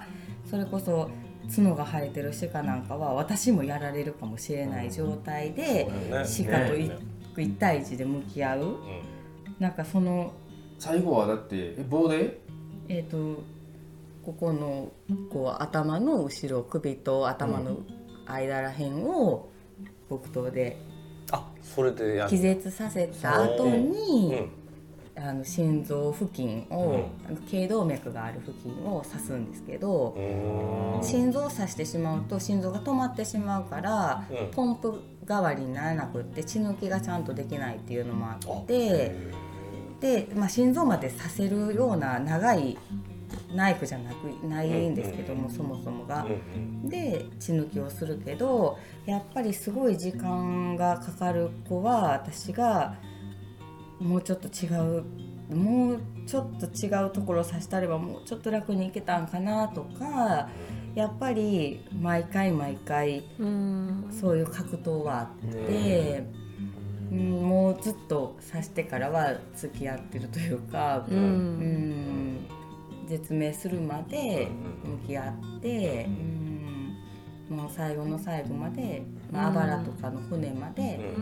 それこそ角が生えてる鹿なんかは私もやられるかもしれない状態で、うんね、鹿と一対一で向き合う、うん、なんかその最後はだってえ棒でえっとここのこう頭の後ろ、首と頭の間らへんを木刀であそれでや気絶させた後に、うん、あの心臓付近を、うん、頸動脈がある付近を刺すんですけど、心臓を刺してしまうと心臓が止まってしまうから、うん、ポンプ代わりにならなくって血抜きがちゃんとできないっていうのもあってで、まあ、心臓まで刺せるような長いナイフじゃなくないんですけども、うん、そもそもが、うん、で血抜きをするけどやっぱりすごい時間がかかる子は私がもうちょっと違うもうちょっと違うところを刺したればもうちょっと楽にいけたんかなとかやっぱり毎回毎回そういう格闘はあって、うん、もうずっと刺してからは付き合ってるというか、うんうん絶命するまで向き合って、うん、もう最後の最後まで、まあ、あばらとかの骨まで、うん、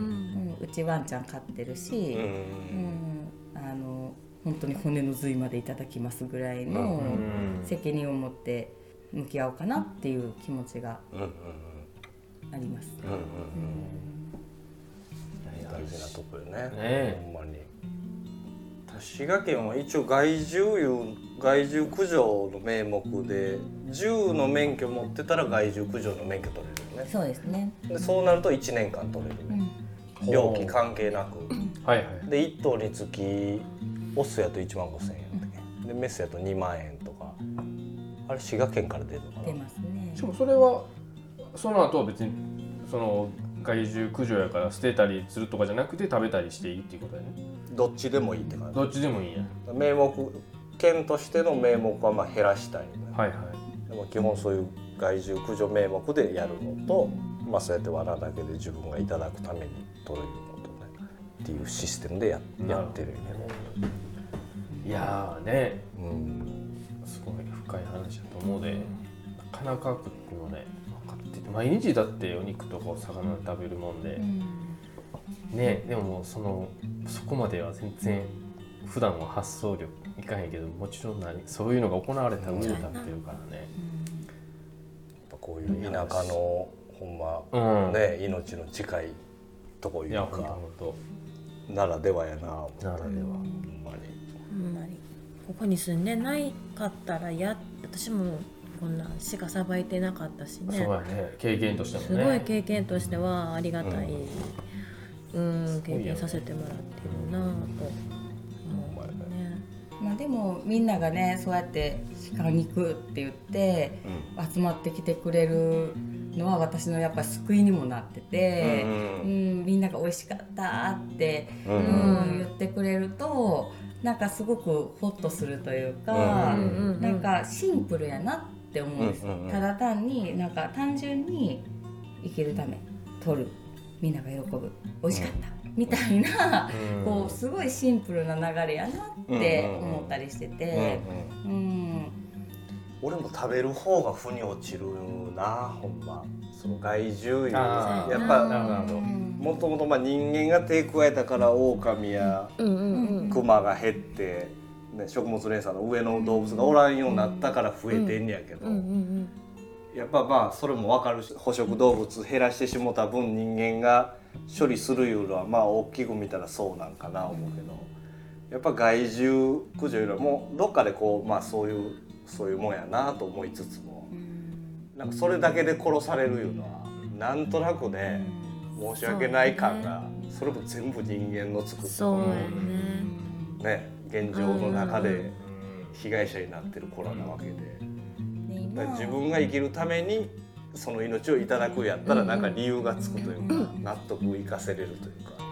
うちワンちゃん飼ってるし、うんうん、あの本当に骨の髄までいただきますぐらいの責任を持って向き合おうかなっていう気持ちがあります。うんうんうん、 大事なとこよね、ねほんまに。滋賀県は一応害獣いう害獣駆除の名目で銃の免許持ってたら害獣駆除の免許取れるよね。 そうですね。 でそうなるといちねんかん取れるね、うん、料金関係なく、はいはい、でいっ頭につきオスやといちまんごせんえんやったっけ、でメスやとにまんえんとかあれ滋賀県から出るのかな。 出ますね。 しかもそれはその後は別にその害獣駆除やから捨てたりするとかじゃなくて食べたりしていいっていうことだよね。 どっちでもいいって感じ。 どっちでもいいや。 名目県としての名目はまあ減らしたい、ね、 はいはい。 でも基本そういう害獣駆除名目でやるのと、まあそうやって罠だけで自分がいただくために取れるのとねっていうシステムで や, やってるよね。 いやーね、うん、すごい深い話だと思うで、なかなか食ってもね分かってて毎日だってお肉とかお魚食べるもんで、うん、ねでももうそのそこまでは全然普段は発想力いかへんけどもちろん何そういうのが行われた上で食べてるからね、うん、やっぱこういう田舎のほんま、うん、ね命の近いとこいうかならではやな。ならではほんまにほんまにここに住んでないかったらや私もこんな鹿さばいてなかったしね。 そうやね経験としてもねすごい経験としてはありがたい、うん、うん経験させてもらってるなぁと思うね。 まあでもみんながねそうやって鹿肉って言って集まってきてくれるのは私のやっぱ救いにもなってて、うんうん、みんなが美味しかったって、うんうん、言ってくれるとなんかすごくホッとするというか、うんうんうん、なんかシンプルやなって思うんです、うんうんうん、ただ単になんか単純に生きるため取るみんなが喜ぶ美味しかった、うん、みたいな、うん、こうすごいシンプルな流れやなって思ったりしてて、うんうんうん、 俺も食べる方が腑に落ちるなほんま。その害獣やっぱもともと人間が手加えたから狼や熊が減って、ね、食物連鎖の上の動物がおらんようになったから増えてんねやけど、やっぱまあそれも分かるし捕食動物減らしてしもた分人間が処理するいうのはまあ大きく見たらそうなんかな思うけど、やっぱ害獣駆除よりはもうどっかでこうまあそういうそういうもんやなと思いつつも、なんかそれだけで殺されるいうのはなんとなくね申し訳ない感が そ, それも全部人間の作ったもの、ね、現状の中で被害者になってる子らなわけで、だから自分が生きるためにその命をいただくやったらなんか理由がつくというか納得いかせれるというか。